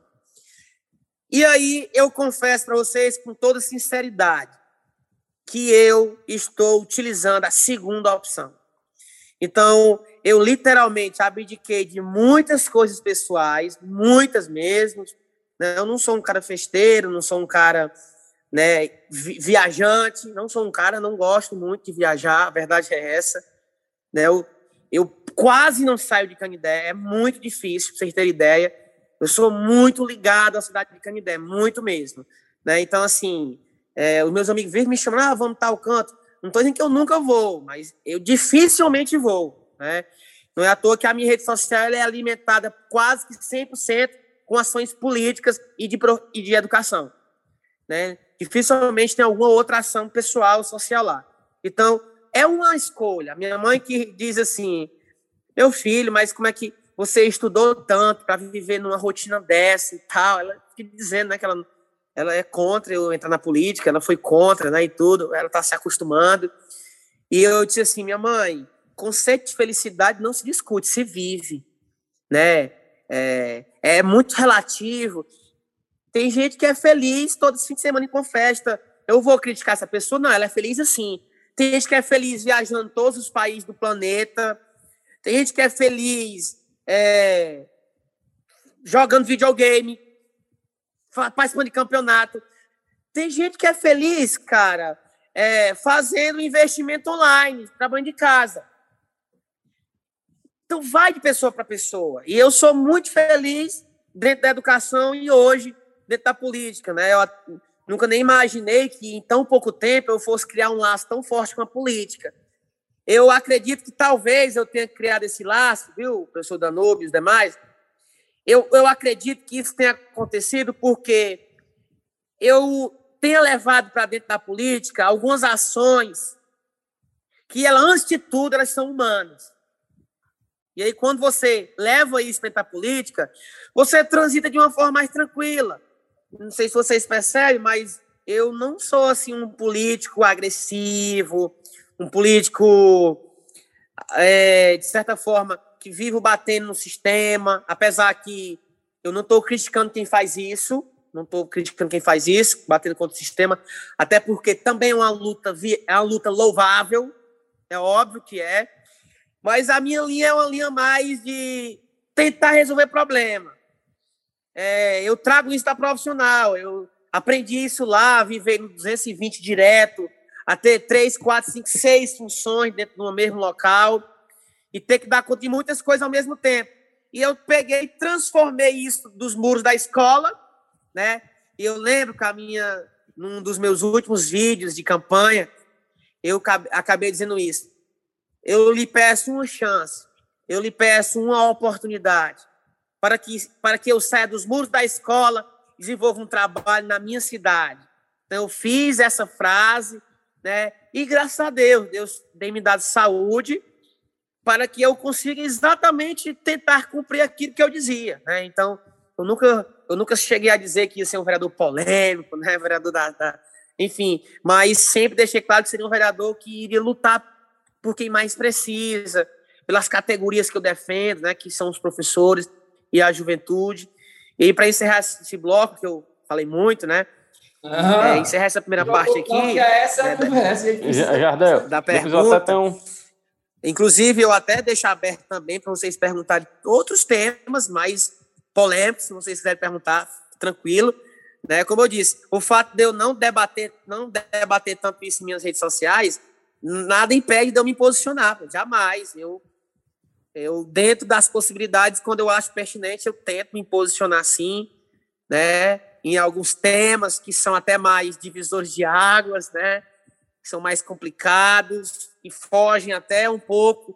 E aí, eu confesso para vocês, com toda sinceridade, que eu estou utilizando a segunda opção. Então, eu literalmente abdiquei de muitas coisas pessoais, muitas mesmo. Né? Eu não sou um cara festeiro, não sou um cara, né, viajante, não gosto muito de viajar, a verdade é essa. Né? Eu quase não saio de Canindé, é muito difícil, para vocês terem ideia. Eu sou muito ligado à cidade de Canindé, muito mesmo. Né? Então, assim, os meus amigos vêm me chamam, vamos tal canto. Não estou dizendo que eu nunca vou, mas eu dificilmente vou. Né? Não é à toa que a minha rede social é alimentada quase que 100% com ações políticas e de educação. Né? Dificilmente tem alguma outra ação pessoal, social lá. Então, é uma escolha. Minha mãe que diz assim, meu filho, mas como é que você estudou tanto para viver numa rotina dessa e tal? Ela fica dizendo, né, que ela é contra eu entrar na política, ela foi contra, né, e tudo, ela está se acostumando. E eu disse assim, minha mãe, conceito de felicidade não se discute, se vive, né? É muito relativo. Tem gente que é feliz todo fim de semana com festa. Eu vou criticar essa pessoa? Não, ela é feliz assim. Tem gente que é feliz viajando em todos os países do planeta. Tem gente que é feliz jogando videogame, participando de campeonato. Tem gente que é feliz, cara, fazendo investimento online, trabalhando de casa. Então, vai de pessoa para pessoa. E eu sou muito feliz dentro da educação e hoje dentro da política. Né? Eu nunca nem imaginei que em tão pouco tempo eu fosse criar um laço tão forte com a política. Eu acredito que talvez eu tenha criado esse laço, viu, professor Danúbio e os demais. Eu acredito que isso tenha acontecido porque eu tenha levado para dentro da política algumas ações que, antes de tudo, elas são humanas. E aí, quando você leva isso para a política, você transita de uma forma mais tranquila. Não sei se vocês percebem, mas eu não sou assim, um político agressivo, um político, de certa forma, que vivo batendo no sistema, apesar que eu não estou criticando quem faz isso, batendo contra o sistema, até porque também é uma luta louvável, é óbvio que é, mas a minha linha é uma linha mais de tentar resolver problema. Eu trago isso da profissional, eu aprendi isso lá, viver no 220 direto, a ter 3, 4, 5, 6 funções dentro do mesmo local e ter que dar conta de muitas coisas ao mesmo tempo. E eu peguei e transformei isso dos muros da escola, né? E eu lembro que num dos meus últimos vídeos de campanha, eu acabei dizendo isso. Eu lhe peço uma chance, eu lhe peço uma oportunidade para que eu saia dos muros da escola e desenvolva um trabalho na minha cidade. Então, eu fiz essa frase, né? E, graças a Deus tem me dado saúde para que eu consiga exatamente tentar cumprir aquilo que eu dizia. Né? Então, eu nunca cheguei a dizer que ia ser um vereador polêmico, né? Vereador enfim, mas sempre deixei claro que seria um vereador que iria lutar por quem mais precisa, pelas categorias que eu defendo, né, que são os professores e a juventude. E para encerrar esse bloco, que eu falei muito, né, encerrar essa primeira parte aqui, que é essa, né, conversa, Jardel, da pergunta. Inclusive, eu até deixo aberto também para vocês perguntarem outros temas mais polêmicos, se vocês quiserem perguntar, tranquilo. Né? Como eu disse, o fato de eu não debater tanto isso em minhas redes sociais, nada impede de eu me posicionar, jamais. Eu, dentro das possibilidades, quando eu acho pertinente, eu tento me posicionar sim, né? Em alguns temas que são até mais divisores de águas, né? Que são mais complicados e fogem até um pouco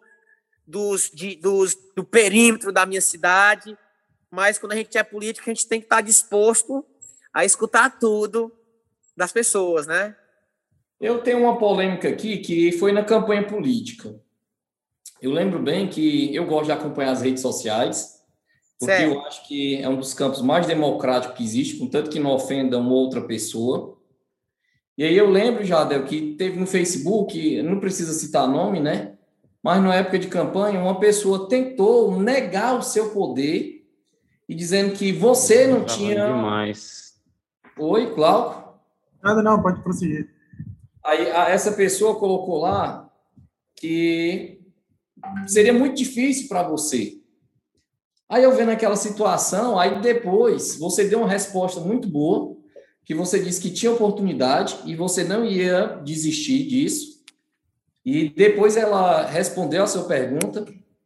do perímetro da minha cidade. Mas quando a gente é político, a gente tem que estar disposto a escutar tudo das pessoas, né? Eu tenho uma polêmica aqui que foi na campanha política. Eu lembro bem que eu gosto de acompanhar as redes sociais, porque certo. Eu acho que é um dos campos mais democráticos que existe, contanto que não ofenda uma outra pessoa. E aí eu lembro, Jardel, que teve no Facebook, não precisa citar nome, né? Mas na época de campanha, uma pessoa tentou negar o seu poder e dizendo que você não tinha... demais. Oi, Cláudio? Nada não, pode prosseguir. Aí essa pessoa colocou lá que seria muito difícil para você. Aí eu vendo aquela situação, aí depois você deu uma resposta muito boa, que você disse que tinha oportunidade e você não ia desistir disso. E depois ela respondeu a sua pergunta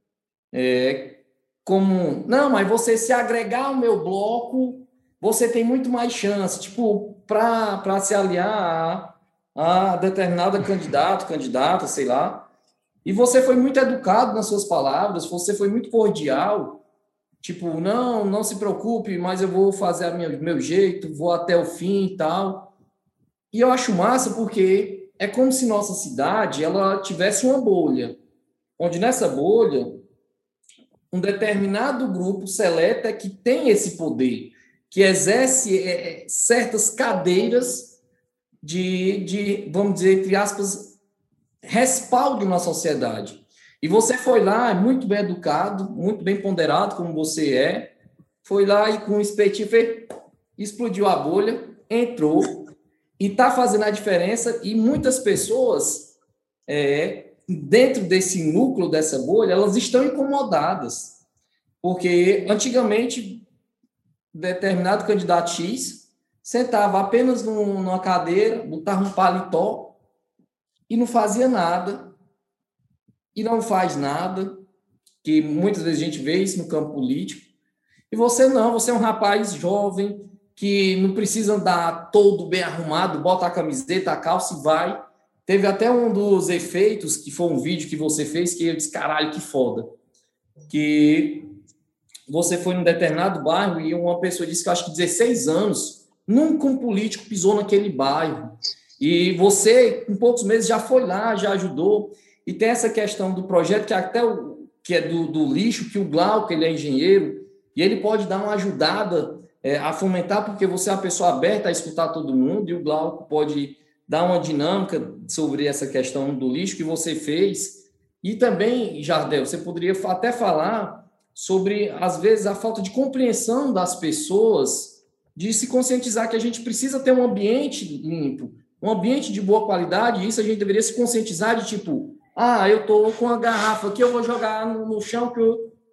como, não, mas você se agregar ao meu bloco, você tem muito mais chance, tipo, para se aliar a determinada candidata, sei lá. E você foi muito educado nas suas palavras, você foi muito cordial, tipo, não se preocupe, mas eu vou fazer meu jeito, vou até o fim e tal. E eu acho massa porque é como se nossa cidade ela tivesse uma bolha, onde nessa bolha um determinado grupo seleto é que tem esse poder, que exerce certas cadeiras de, vamos dizer, entre aspas, respaldo na sociedade. E você foi lá, muito bem educado, muito bem ponderado, como você foi lá e com o espetinho explodiu a bolha, entrou e está fazendo a diferença. E muitas pessoas, dentro desse núcleo, dessa bolha, elas estão incomodadas. Porque, antigamente, determinado candidato X sentava apenas numa cadeira, botava um paletó e não fazia nada, e não faz nada, que muitas vezes a gente vê isso no campo político. E você não, você é um rapaz jovem que não precisa andar todo bem arrumado, bota a camiseta, a calça e vai. Teve até um dos efeitos, que foi um vídeo que você fez, que eu disse, caralho, que foda. Que você foi num determinado bairro e uma pessoa disse que, acho que 16 anos, nunca um político pisou naquele bairro. E você, em poucos meses, já foi lá, já ajudou. E tem essa questão do projeto, que é do lixo, que o Glauco, ele é engenheiro, e ele pode dar uma ajudada a fomentar, porque você é uma pessoa aberta a escutar todo mundo, e o Glauco pode dar uma dinâmica sobre essa questão do lixo que você fez. E também, Jardel, você poderia até falar sobre, às vezes, a falta de compreensão das pessoas, de se conscientizar que a gente precisa ter um ambiente limpo, um ambiente de boa qualidade, e isso a gente deveria se conscientizar de tipo, eu estou com a garrafa aqui, eu vou jogar no chão, que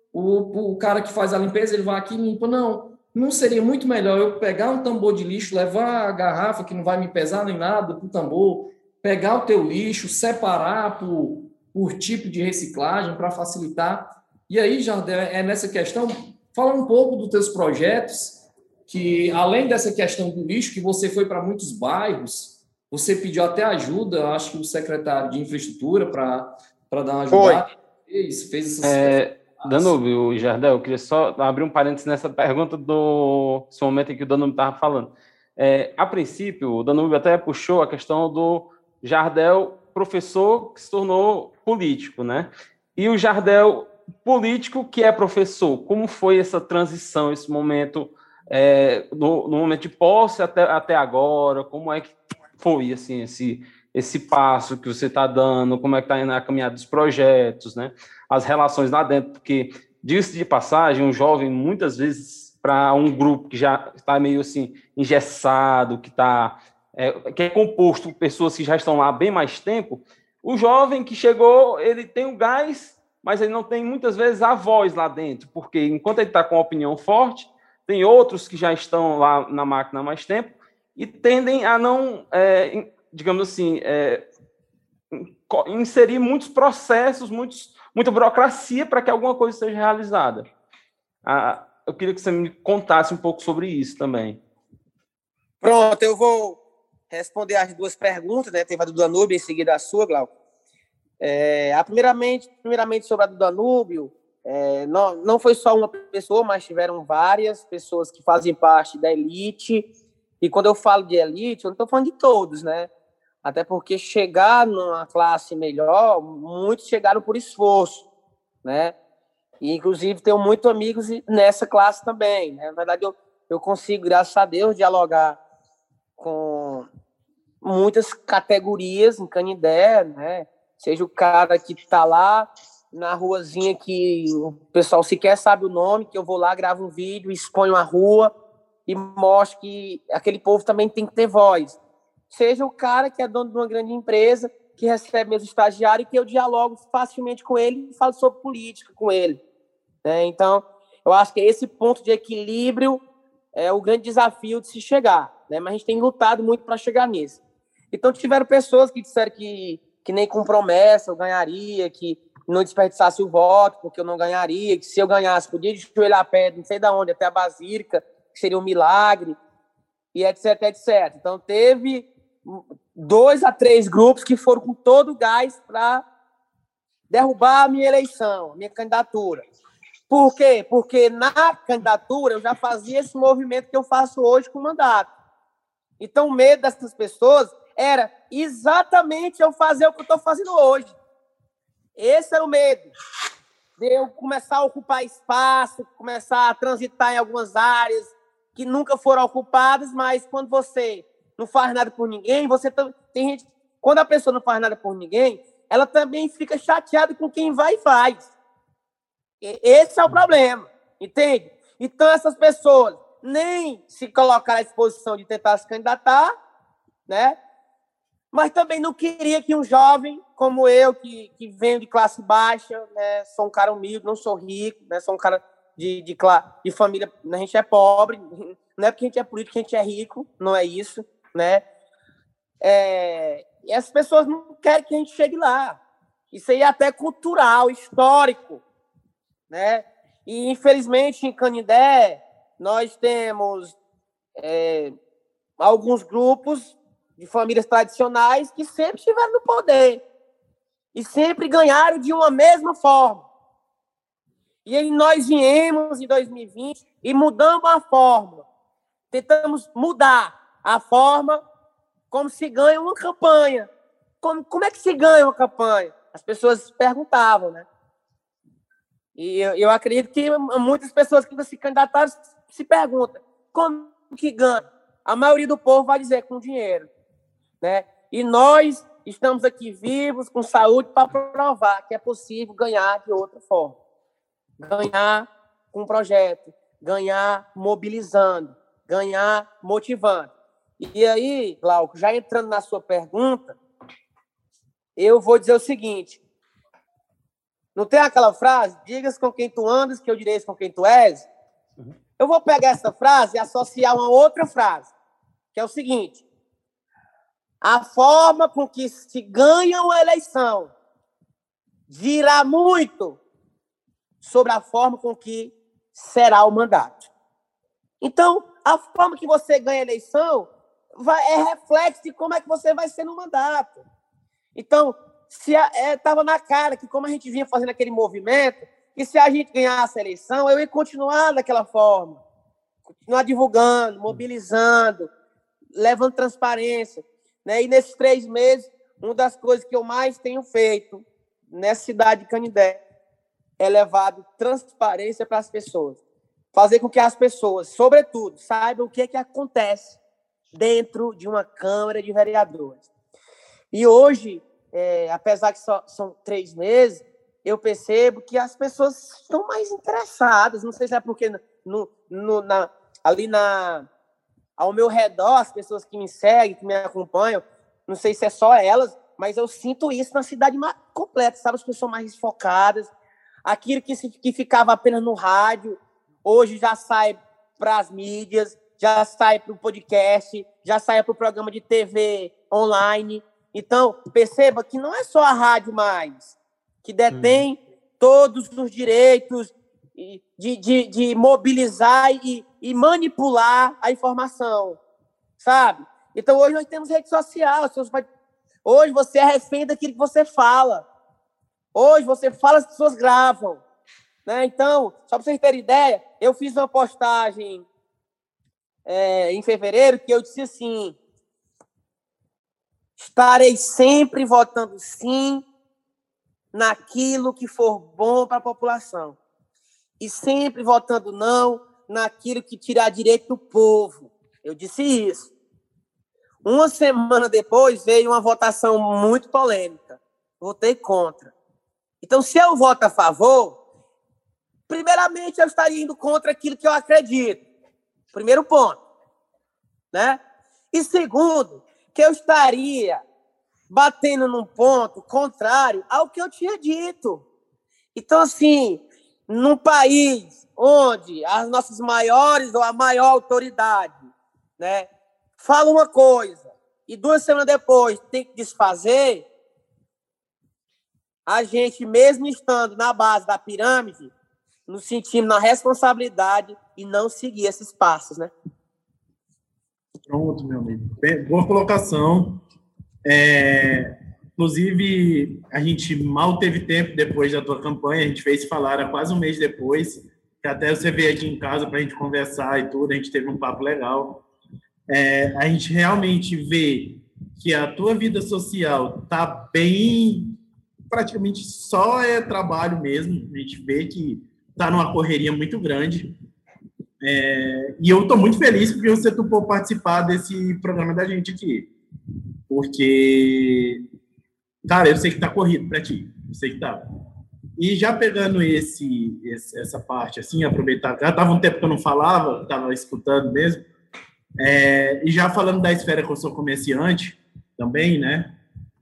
o cara que faz a limpeza, ele vai aqui e limpa. Não seria muito melhor eu pegar um tambor de lixo, levar a garrafa, que não vai me pesar nem nada, para o tambor, pegar o teu lixo, separar por tipo de reciclagem, para facilitar. E aí, Jardel, nessa questão, fala um pouco dos teus projetos, que além dessa questão do lixo, que você foi para muitos bairros, você pediu até ajuda, acho que o secretário de infraestrutura, para dar uma ajuda. Fez essas... Danúbio, Jardel, eu queria só abrir um parênteses nessa pergunta desse momento em que o Danúbio estava falando. A princípio, o Danúbio até puxou a questão do Jardel, professor que se tornou político, né? E o Jardel, político que é professor. Como foi essa transição, esse momento, no momento de posse até agora? Como é que foi assim, esse passo que você está dando, como é que está indo a caminhada dos projetos, né? As relações lá dentro, porque, diga-se de passagem, um jovem, muitas vezes, para um grupo que já está meio assim, engessado, que é composto por pessoas que já estão lá há bem mais tempo, o jovem que chegou, ele tem o gás, mas ele não tem, muitas vezes, a voz lá dentro, porque enquanto ele está com a opinião forte, tem outros que já estão lá na máquina há mais tempo e tendem a não, digamos assim, inserir muitos processos, muita burocracia para que alguma coisa seja realizada. Eu queria que você me contasse um pouco sobre isso também. Pronto, eu vou responder as duas perguntas, né? Teve a do Danúbio, em seguida a sua, Glauco. Primeiramente sobre a do Danúbio, não foi só uma pessoa, mas tiveram várias pessoas que fazem parte da elite. E quando eu falo de elite, eu não estou falando de todos, né? Até porque chegar numa classe melhor, muitos chegaram por esforço, né? E, inclusive, tenho muitos amigos nessa classe também, né? Na verdade, eu consigo, graças a Deus, dialogar com muitas categorias em Canindé, né? Seja o cara que está lá na ruazinha que o pessoal sequer sabe o nome, que eu vou lá, gravo um vídeo, exponho a rua e mostro que aquele povo também tem que ter voz. Seja o cara que é dono de uma grande empresa, que recebe meus estagiários, que eu dialogo facilmente com ele e falo sobre política com ele, né? Então, eu acho que esse ponto de equilíbrio é o grande desafio de se chegar, né? Mas a gente tem lutado muito para chegar nisso. Então, tiveram pessoas que disseram que nem com promessa eu ganharia, que não desperdiçasse o voto, porque eu não ganharia, que se eu ganhasse, podia ajoelhar a pé, não sei de onde, até a Basílica, que seria um milagre, e etc, etc. Então, teve 2 a 3 grupos que foram com todo o gás para derrubar a minha eleição, a minha candidatura. Por quê? Porque na candidatura eu já fazia esse movimento que eu faço hoje com o mandato. Então, o medo dessas pessoas era exatamente eu fazer o que eu estou fazendo hoje. Esse era o medo. De eu começar a ocupar espaço, começar a transitar em algumas áreas que nunca foram ocupadas, mas quando você não faz nada por ninguém, tem gente... Quando a pessoa não faz nada por ninguém, ela também fica chateada com quem vai e faz. Esse é o problema, entende? Então, essas pessoas nem se colocaram à disposição de tentar se candidatar, né? Mas também não queria que um jovem como eu, que venho de classe baixa, né? Sou um cara humilde, não sou rico, né? Sou um cara de família, a gente é pobre, não é porque a gente é político que a gente é rico, não é isso, né? E as pessoas não querem que a gente chegue lá. Isso aí é até cultural, histórico, né? E, infelizmente, em Canindé, nós temos alguns grupos de famílias tradicionais que sempre estiveram no poder e sempre ganharam de uma mesma forma. E aí nós viemos em 2020 e mudamos a forma. Tentamos mudar a forma como se ganha uma campanha. Como é que se ganha uma campanha? As pessoas perguntavam, né? E eu acredito que muitas pessoas que se candidataram se perguntam como que ganha. A maioria do povo vai dizer com dinheiro, né? E nós estamos aqui vivos, com saúde, para provar que é possível ganhar de outra forma. Ganhar com um projeto, ganhar mobilizando, ganhar motivando. E aí, Glauco, já entrando na sua pergunta, eu vou dizer o seguinte: não tem aquela frase, digas com quem tu andas, que eu direi com quem tu és? Eu vou pegar essa frase e associar uma outra frase, que é o seguinte: a forma com que se ganha uma eleição dirá muito sobre a forma com que será o mandato. Então, a forma que você ganha a eleição é reflexo de como é que você vai ser no mandato. Então, estava na cara que, como a gente vinha fazendo aquele movimento, que se a gente ganhasse a eleição, eu ia continuar daquela forma, continuar divulgando, mobilizando, levando transparência, né? E nesses 3 meses, uma das coisas que eu mais tenho feito nessa cidade de Canindé é levado transparência para as pessoas. Fazer com que as pessoas, sobretudo, saibam o que acontece dentro de uma Câmara de Vereadores. E hoje, apesar que só são 3 meses, eu percebo que as pessoas estão mais interessadas. Não sei se é porque ao meu redor, as pessoas que me seguem, que me acompanham, não sei se é só elas, mas eu sinto isso na cidade completa, sabe? As pessoas mais focadas. Aquilo que ficava apenas no rádio, hoje já sai para as mídias, já sai para o podcast, já sai para o programa de TV online. Então, perceba que não é só a rádio mais que detém todos os direitos de mobilizar e manipular a informação, sabe? Então, hoje nós temos rede social. Hoje você é refém daquilo que você fala. Hoje você fala, as pessoas gravam. Né? Então, só para vocês terem ideia, eu fiz uma postagem em fevereiro que eu disse assim: estarei sempre votando sim naquilo que for bom para a população. E sempre votando não naquilo que tirar direito do povo. Eu disse isso. Uma semana depois veio uma votação muito polêmica. Votei contra. Então, se eu voto a favor, primeiramente eu estaria indo contra aquilo que eu acredito. Primeiro ponto. Né? E segundo, que eu estaria batendo num ponto contrário ao que eu tinha dito. Então, assim, num país onde as nossas maiores ou a maior autoridade, né, fala uma coisa e 2 semanas depois tem que desfazer, a gente, mesmo estando na base da pirâmide, nos sentimos na responsabilidade e não seguir esses passos, né? Pronto, meu amigo. Boa colocação. Inclusive, a gente mal teve tempo depois da tua campanha, a gente fez falar há quase um mês depois, que até você veio aqui em casa para a gente conversar e tudo, a gente teve um papo legal. A gente realmente vê que a tua vida social está bem, praticamente só é trabalho mesmo, a gente vê que está numa correria muito grande. E eu estou muito feliz porque você topou participar desse programa da gente aqui. Porque, cara, eu sei que tá corrido para ti. Eu sei que tá. E já pegando essa parte, assim, aproveitar. Já tava um tempo que eu não falava, estava escutando mesmo. E já falando da esfera que eu sou comerciante também, né?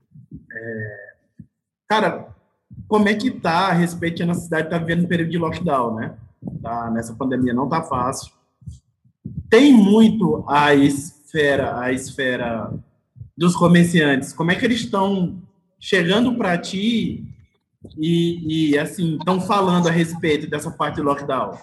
Cara, como é que tá a respeito que a nossa cidade tá vivendo um período de lockdown, né? Tá, nessa pandemia não tá fácil. Tem muito a esfera dos comerciantes. Como é que eles estão chegando para ti e assim, estão falando a respeito dessa parte do lockdown?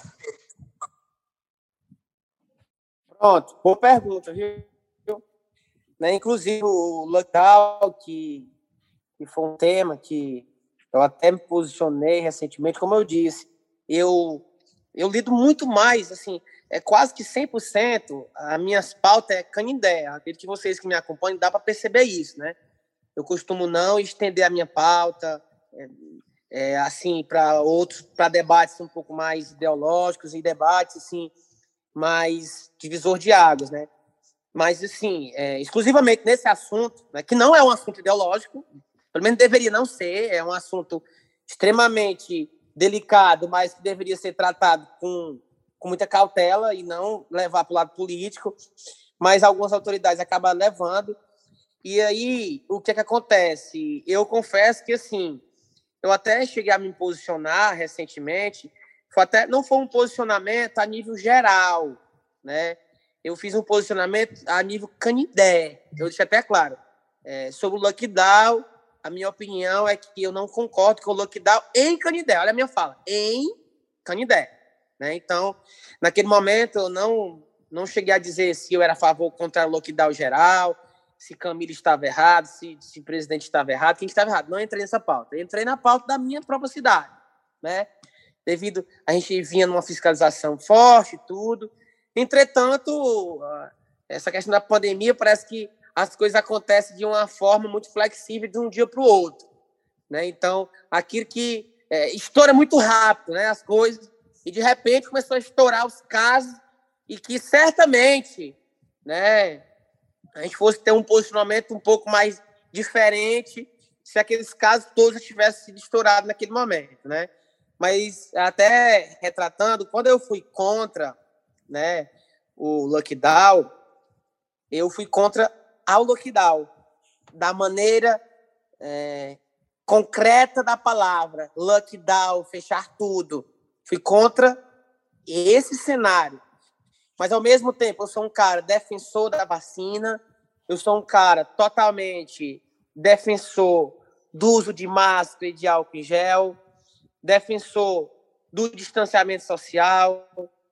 Pronto, boa pergunta, viu? Né? Inclusive, o lockdown, que foi um tema que eu até me posicionei recentemente, como eu disse, eu lido muito mais, assim, quase que 100%, as minhas pautas é Canindé. Acredito que vocês que me acompanham, dá para perceber isso, né? Eu costumo não estender a minha pauta, assim, para debates um pouco mais ideológicos e debates, assim, mais divisor de águas, né? Mas, assim, exclusivamente nesse assunto, né, que não é um assunto ideológico, pelo menos deveria não ser, é um assunto extremamente delicado, mas que deveria ser tratado com muita cautela e não levar para o lado político, mas algumas autoridades acabam levando. E aí, o que acontece? Eu confesso que, assim, eu até cheguei a me posicionar recentemente, não foi um posicionamento a nível geral, né? Eu fiz um posicionamento a nível Canindé. Eu deixei até claro. Sobre o lockdown, a minha opinião é que eu não concordo com o lockdown em Canindé. Olha a minha fala, em Canindé. Né? Então, naquele momento, eu não cheguei a dizer se eu era a favor ou contra o lockdown geral, se Camilo estava errado, se o presidente estava errado, quem estava errado. Não entrei nessa pauta. Eu entrei na pauta da minha própria cidade. Né? Devido a gente vinha numa fiscalização forte e tudo. Entretanto, essa questão da pandemia parece que as coisas acontecem de uma forma muito flexível de um dia para o outro. Né? Então, aquilo que estoura muito rápido, né, as coisas, e de repente começou a estourar os casos e que certamente, né, a gente fosse ter um posicionamento um pouco mais diferente se aqueles casos todos tivessem sido estourados naquele momento, né? Mas até retratando, quando eu fui contra, né, o lockdown, eu fui contra ao lockdown, da maneira concreta da palavra, lockdown, fechar tudo. Fui contra esse cenário. Mas, ao mesmo tempo, eu sou um cara defensor da vacina, eu sou um cara totalmente defensor do uso de máscara e de álcool em gel, defensor do distanciamento social,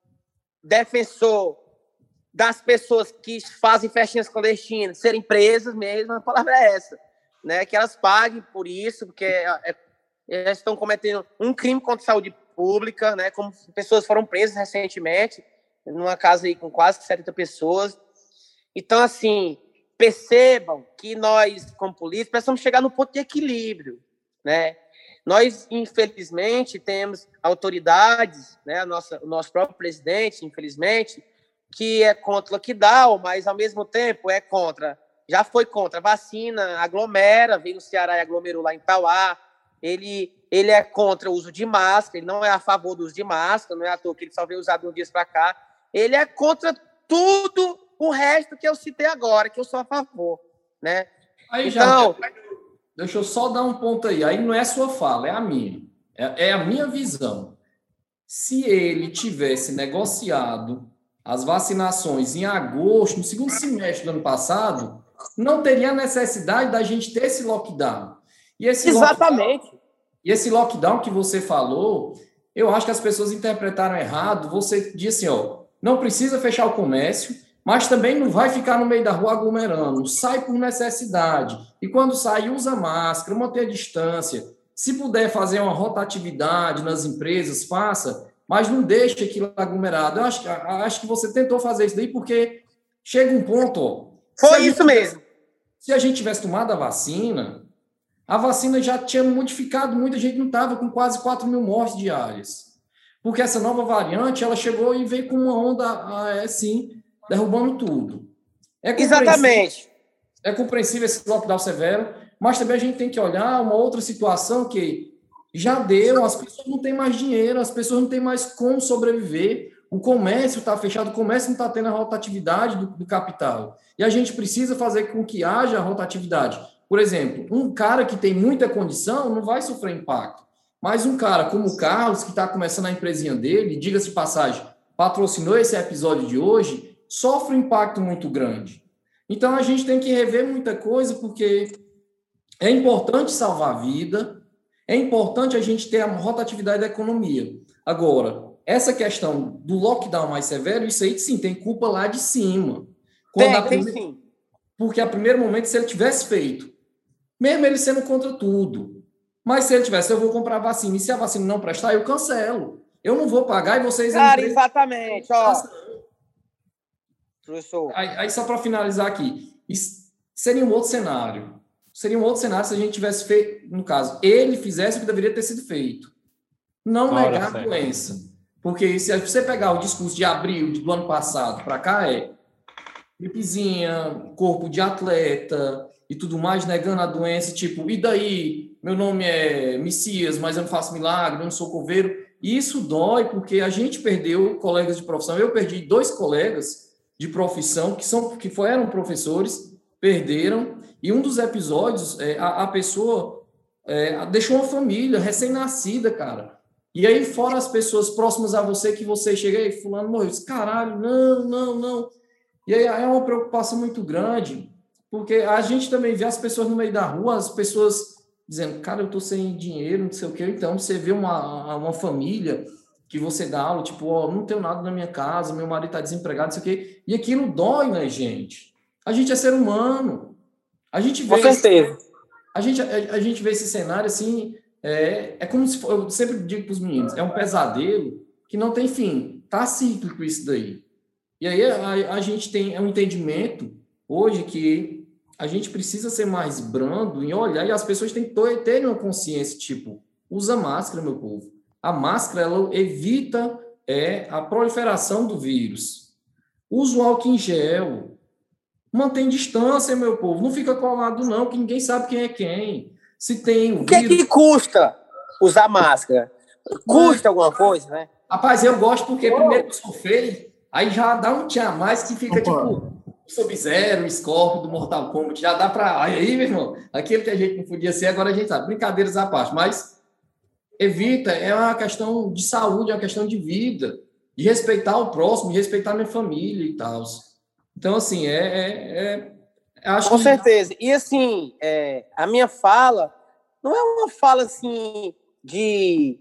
defensor das pessoas que fazem festinhas clandestinas serem presas mesmo, a palavra é essa, né? Que elas paguem por isso, porque elas estão cometendo um crime contra a saúde pública, né? Como pessoas foram presas recentemente, numa casa aí com quase 70 pessoas. Então, assim, percebam que nós, como políticos, precisamos chegar no ponto de equilíbrio, né? Nós, infelizmente, temos autoridades, né? O nosso próprio presidente, infelizmente, que é contra o lockdown, mas, ao mesmo tempo, já foi contra a vacina, aglomera, veio no Ceará e aglomerou lá em Tauá. Ele é contra o uso de máscara, ele não é a favor do uso de máscara, não é à toa que ele só veio usar de uns dias para cá. Ele é contra tudo o resto que eu citei agora, que eu sou a favor, né? Aí, então, deixa eu só dar um ponto aí. Aí não é a sua fala, é a minha. É a minha visão. Se ele tivesse negociado as vacinações em agosto, no segundo semestre do ano passado, não teria necessidade da gente ter esse lockdown. Exatamente. E esse lockdown que você falou, eu acho que as pessoas interpretaram errado. Você disse assim, não precisa fechar o comércio, mas também não vai ficar no meio da rua aglomerando. Sai por necessidade. E quando sai, usa máscara, manter a distância. Se puder fazer uma rotatividade nas empresas, faça, mas não deixe aquilo aglomerado. Eu acho que você tentou fazer isso daí porque chega um ponto... Foi isso mesmo. Se a gente tivesse tomado a vacina já tinha modificado, muita gente não estava com quase 4 mil mortes diárias. Porque essa nova variante, ela chegou e veio com uma onda, assim, derrubando tudo. Exatamente. É compreensível esse lockdown severo, mas também a gente tem que olhar uma outra situação que já deu, as pessoas não têm mais dinheiro, as pessoas não têm mais como sobreviver, o comércio está fechado, o comércio não está tendo a rotatividade do capital. E a gente precisa fazer com que haja rotatividade. Por exemplo, um cara que tem muita condição não vai sofrer impacto. Mas um cara como o Carlos, que está começando a empresinha dele, diga-se de passagem, patrocinou esse episódio de hoje, sofre um impacto muito grande. Então, a gente tem que rever muita coisa, porque é importante salvar a vida, é importante a gente ter a rotatividade da economia. Agora, essa questão do lockdown mais severo, isso aí, sim, tem culpa lá de cima. Tem sim. Porque, a primeiro momento, se ele tivesse feito, mesmo ele sendo contra tudo, mas se ele tivesse, eu vou comprar a vacina, e se a vacina não prestar, eu cancelo. Eu não vou pagar e vocês... Cara, exatamente, Professor. Aí, só para finalizar aqui, isso seria um outro cenário. Seria um outro cenário se a gente tivesse feito, no caso, ele fizesse o que deveria ter sido feito. Não negar a doença. Porque se você pegar o discurso de abril do ano passado para cá, gripezinha, corpo de atleta e tudo mais, negando a doença, tipo, e daí? Meu nome é Messias, mas eu não faço milagre, eu não sou coveiro. E isso dói porque a gente perdeu colegas de profissão. Eu perdi 2 colegas de profissão que eram professores, perderam. E um dos episódios, a pessoa deixou uma família recém-nascida, cara. E aí, fora as pessoas próximas a você, que você chega aí, fulano morreu. Caralho, não. E aí é uma preocupação muito grande, porque a gente também vê as pessoas no meio da rua, as pessoas dizendo, cara, eu tô sem dinheiro, não sei o quê. Então, você vê uma família que você dá aula, tipo, não tenho nada na minha casa, meu marido tá desempregado, não sei o quê. E aquilo dói na gente. A gente é ser humano. A gente vê... Com certeza. A gente vê esse cenário assim... É como se... Eu sempre digo para os meninos, é um pesadelo que não tem fim. Tá cíclico isso daí. E aí a gente tem um entendimento hoje que a gente precisa ser mais brando em olhar, e as pessoas têm que terem uma consciência, tipo, usa máscara, meu povo. A máscara, ela evita a proliferação do vírus. Usa o álcool em gel. Mantém distância, meu povo. Não fica colado, não, que ninguém sabe quem é quem. Se tem o O que é vírus... que custa usar máscara? Custa alguma coisa, né? Rapaz, eu gosto porque primeiro eu sou feio, aí já dá um tchan a mais que fica Concordo. tipo Sub-Zero, o Scorpio do Mortal Kombat. Já dá para. Aí, meu irmão, aquilo que a gente não podia ser, agora a gente sabe. Brincadeiras à parte, mas evita, é uma questão de saúde, é uma questão de vida, de respeitar o próximo, de respeitar a minha família e tal. Então, assim, acho Com que. certeza. E, assim, a minha fala não é uma fala, assim, de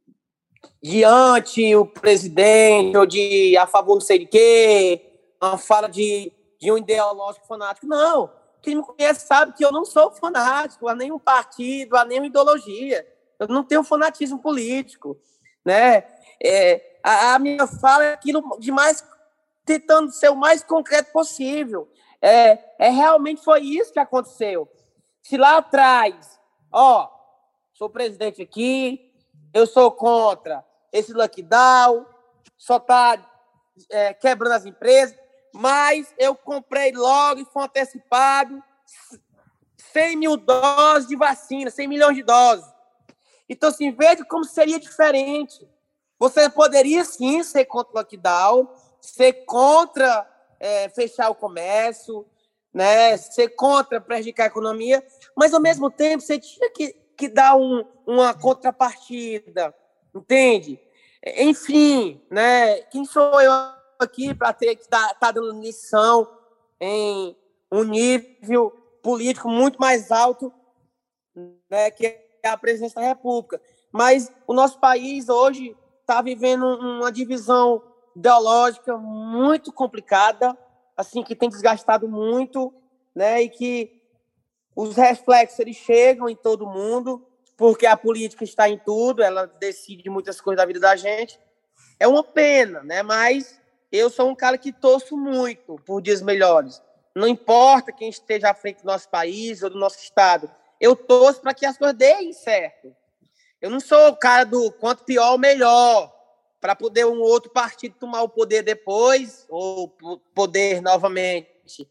anti o presidente ou de a favor não sei de quê, uma fala de um ideológico fanático. Não. Quem me conhece sabe que eu não sou fanático a nenhum partido, a nenhuma ideologia. Eu não tenho fanatismo político, né? A minha fala é aquilo de mais, tentando ser o mais concreto possível. Realmente foi isso que aconteceu. Se lá atrás, sou presidente aqui, eu sou contra esse lockdown, só está quebrando as empresas, mas eu comprei logo e foi antecipado 100 mil doses de vacina, 100 milhões de doses. Então, assim, veja como seria diferente. Você poderia, sim, ser contra o lockdown, ser contra fechar o comércio, né, ser contra prejudicar a economia, mas, ao mesmo tempo, você tinha que dar uma contrapartida, entende? Enfim, né, quem sou eu aqui para ter que estar dando lição em um nível político muito mais alto, né, que é a presidência da República. Mas o nosso país hoje está vivendo uma divisão ideológica muito complicada, assim, que tem desgastado muito, né, e que os reflexos eles chegam em todo mundo, porque a política está em tudo, ela decide muitas coisas da vida da gente. É uma pena, né? Mas eu sou um cara que torço muito por dias melhores. Não importa quem esteja à frente do nosso país ou do nosso estado. Eu torço para que as coisas deem certo. Eu não sou o cara do quanto pior, melhor, para poder um outro partido tomar o poder depois ou poder novamente.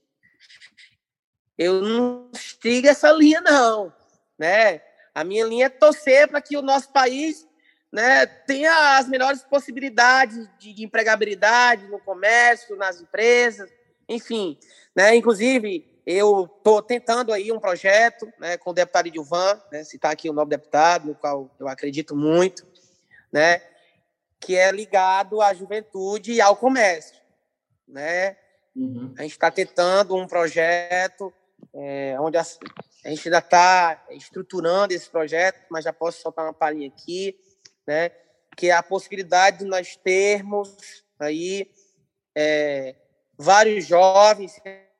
Eu não sigo essa linha, não, né? A minha linha é torcer para que o nosso país, né, tenha as melhores possibilidades de empregabilidade no comércio, nas empresas, enfim, né? Inclusive, eu estou tentando aí um projeto, né, com o deputado Edilvan, né, citar aqui o novo deputado, no qual eu acredito muito, né, que é ligado à juventude e ao comércio, né? Uhum. A gente está tentando um projeto onde a gente ainda está estruturando esse projeto, mas já posso soltar uma palhinha aqui, né? Que é a possibilidade de nós termos aí vários jovens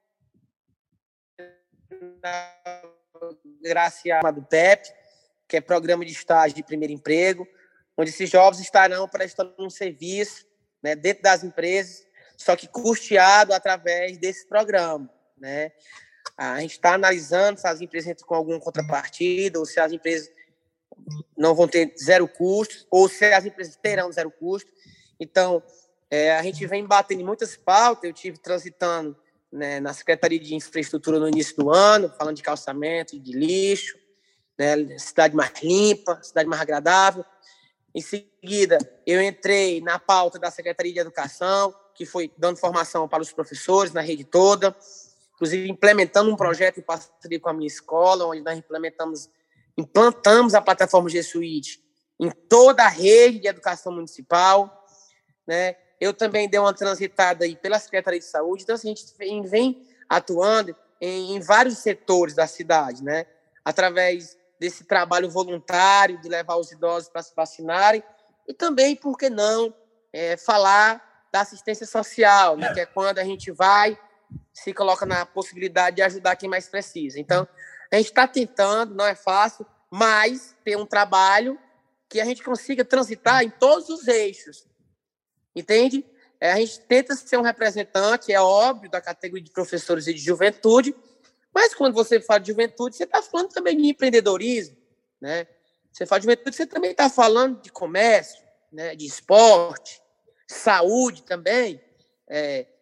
graças do PEP, que é Programa de Estágio de Primeiro Emprego, onde esses jovens estarão prestando um serviço, né, dentro das empresas, só que custeado através desse programa, né? A gente está analisando se as empresas entram com alguma contrapartida ou se as empresas não vão ter zero custo ou se as empresas terão zero custo. Então, a gente vem batendo em muitas pautas. Eu tive transitando, né, na Secretaria de Infraestrutura no início do ano, falando de calçamento, de lixo, né, cidade mais limpa, cidade mais agradável. Em seguida, eu entrei na pauta da Secretaria de Educação, que foi dando formação para os professores na rede toda, inclusive implementando um projeto em parceria com a minha escola, onde nós implantamos a plataforma G Suite em toda a rede de educação municipal, né? Eu também dei uma transitada aí pela Secretaria de Saúde, então assim, a gente vem atuando em vários setores da cidade, né? Através desse trabalho voluntário de levar os idosos para se vacinarem e também, por que não, falar da assistência social, né? Que é quando a gente vai se coloca na possibilidade de ajudar quem mais precisa. Então, a gente está tentando, não é fácil, mas ter um trabalho que a gente consiga transitar em todos os eixos, entende? A gente tenta ser um representante, é óbvio, da categoria de professores e de juventude, mas quando você fala de juventude, você está falando também de empreendedorismo, né? Você fala de juventude, você também está falando de comércio, né? De esporte, saúde também,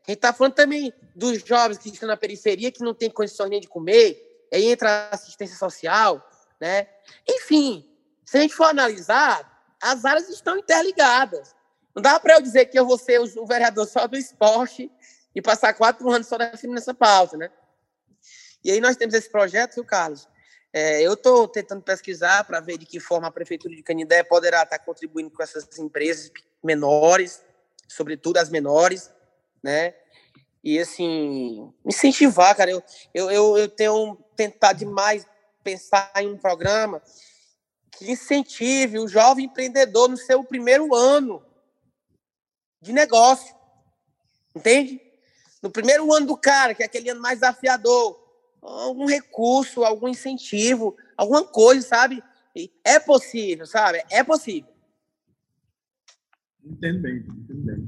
A gente está falando também dos jovens que estão na periferia, que não têm condições nem de comer, aí entra a assistência social, né? Enfim, se a gente for analisar, as áreas estão interligadas. Não dá para eu dizer que eu vou ser o vereador só do esporte e passar 4 anos só definindo essa pauta, né? E aí nós temos esse projeto, viu, Carlos? Eu estou tentando pesquisar para ver de que forma a Prefeitura de Canindé poderá estar contribuindo com essas empresas menores, sobretudo as menores, né? E, assim, incentivar, cara. Eu tenho tentado demais pensar em um programa que incentive o jovem empreendedor no seu primeiro ano de negócio, entende? No primeiro ano do cara, que é aquele ano mais desafiador, algum recurso, algum incentivo, alguma coisa, sabe? É possível, sabe? É possível. Entendo bem, entendo bem.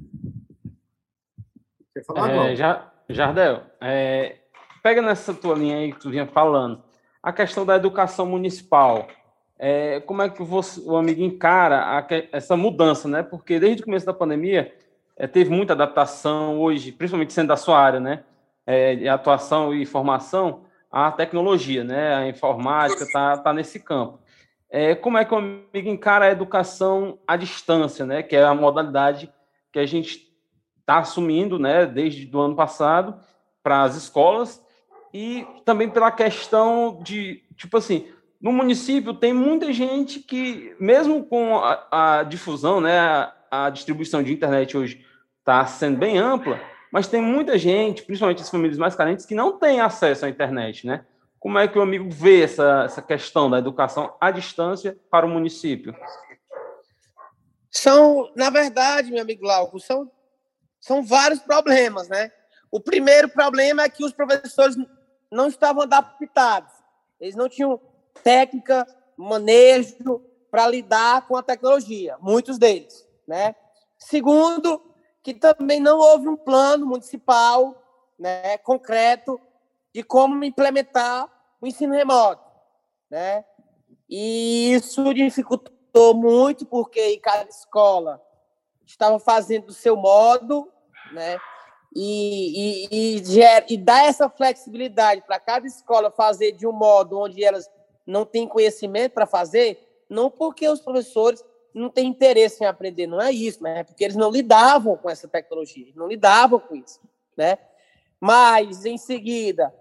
Quer falar agora? Jardel, pega nessa tua linha aí que tu vinha falando, a questão da educação municipal. Como é que o amigo encara essa mudança, né? Porque desde o começo da pandemia teve muita adaptação hoje, principalmente sendo da sua área, né? De atuação e formação, a tecnologia, né? A informática tá nesse campo. Como é que o amigo encara a educação à distância, né? Que é a modalidade que a gente está assumindo, né? Desde o ano passado para as escolas e também pela questão de, tipo assim, no município tem muita gente que, mesmo com a difusão, né, a distribuição de internet hoje está sendo bem ampla, mas tem muita gente, principalmente as famílias mais carentes, que não têm acesso à internet, né? Como é que o amigo vê essa questão da educação à distância para o município? Na verdade, meu amigo Glauco, são vários problemas, né? O primeiro problema é que os professores não estavam adaptados. Eles não tinham técnica, manejo para lidar com a tecnologia, muitos deles, né? Segundo, que também não houve um plano municipal, né, concreto de como implementar o ensino remoto, né? E isso dificultou muito porque cada escola estava fazendo do seu modo, né? E dar essa flexibilidade para cada escola fazer de um modo onde elas não têm conhecimento para fazer, não porque os professores não têm interesse em aprender, não é isso, mas é porque eles não lidavam com essa tecnologia, não lidavam com isso, né? Mas, em seguida,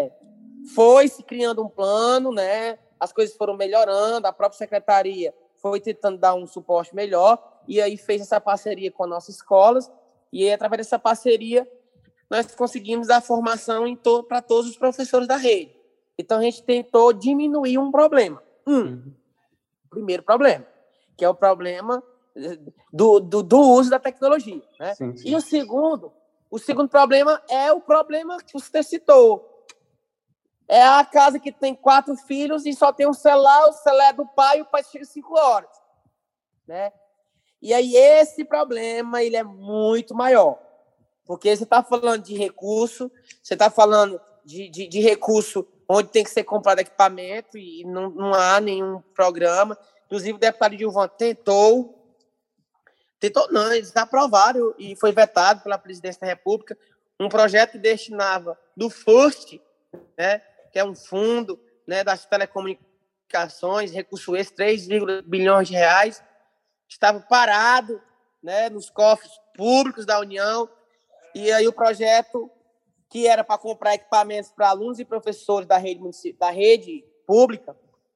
foi se criando um plano, né? As coisas foram melhorando, a própria secretaria foi tentando dar um suporte melhor, e aí fez essa parceria com as nossas escolas, e aí, através dessa parceria, nós conseguimos dar formação para todos os professores da rede. Então, a gente tentou diminuir um problema. Primeiro problema, que é o problema do uso da tecnologia, né? Sim. E o segundo problema é o problema que você citou. É a casa que tem 4 filhos e só tem um celular, o celular é do pai e o pai chega 5 horas, né? E aí esse problema ele é muito maior, porque você está falando de recurso, você está falando de recurso onde tem que ser comprado equipamento e não há nenhum programa. Inclusive, o deputado Gilvan tentou não, eles aprovaram e foi vetado pela presidência da República um projeto que destinava do FIRST, né, que é um fundo, né, das telecomunicações, recurso esse, 3,1 bilhões de reais, que estava parado, né, nos cofres públicos da União, e aí o projeto, que era para comprar equipamentos para alunos e professores da rede pública,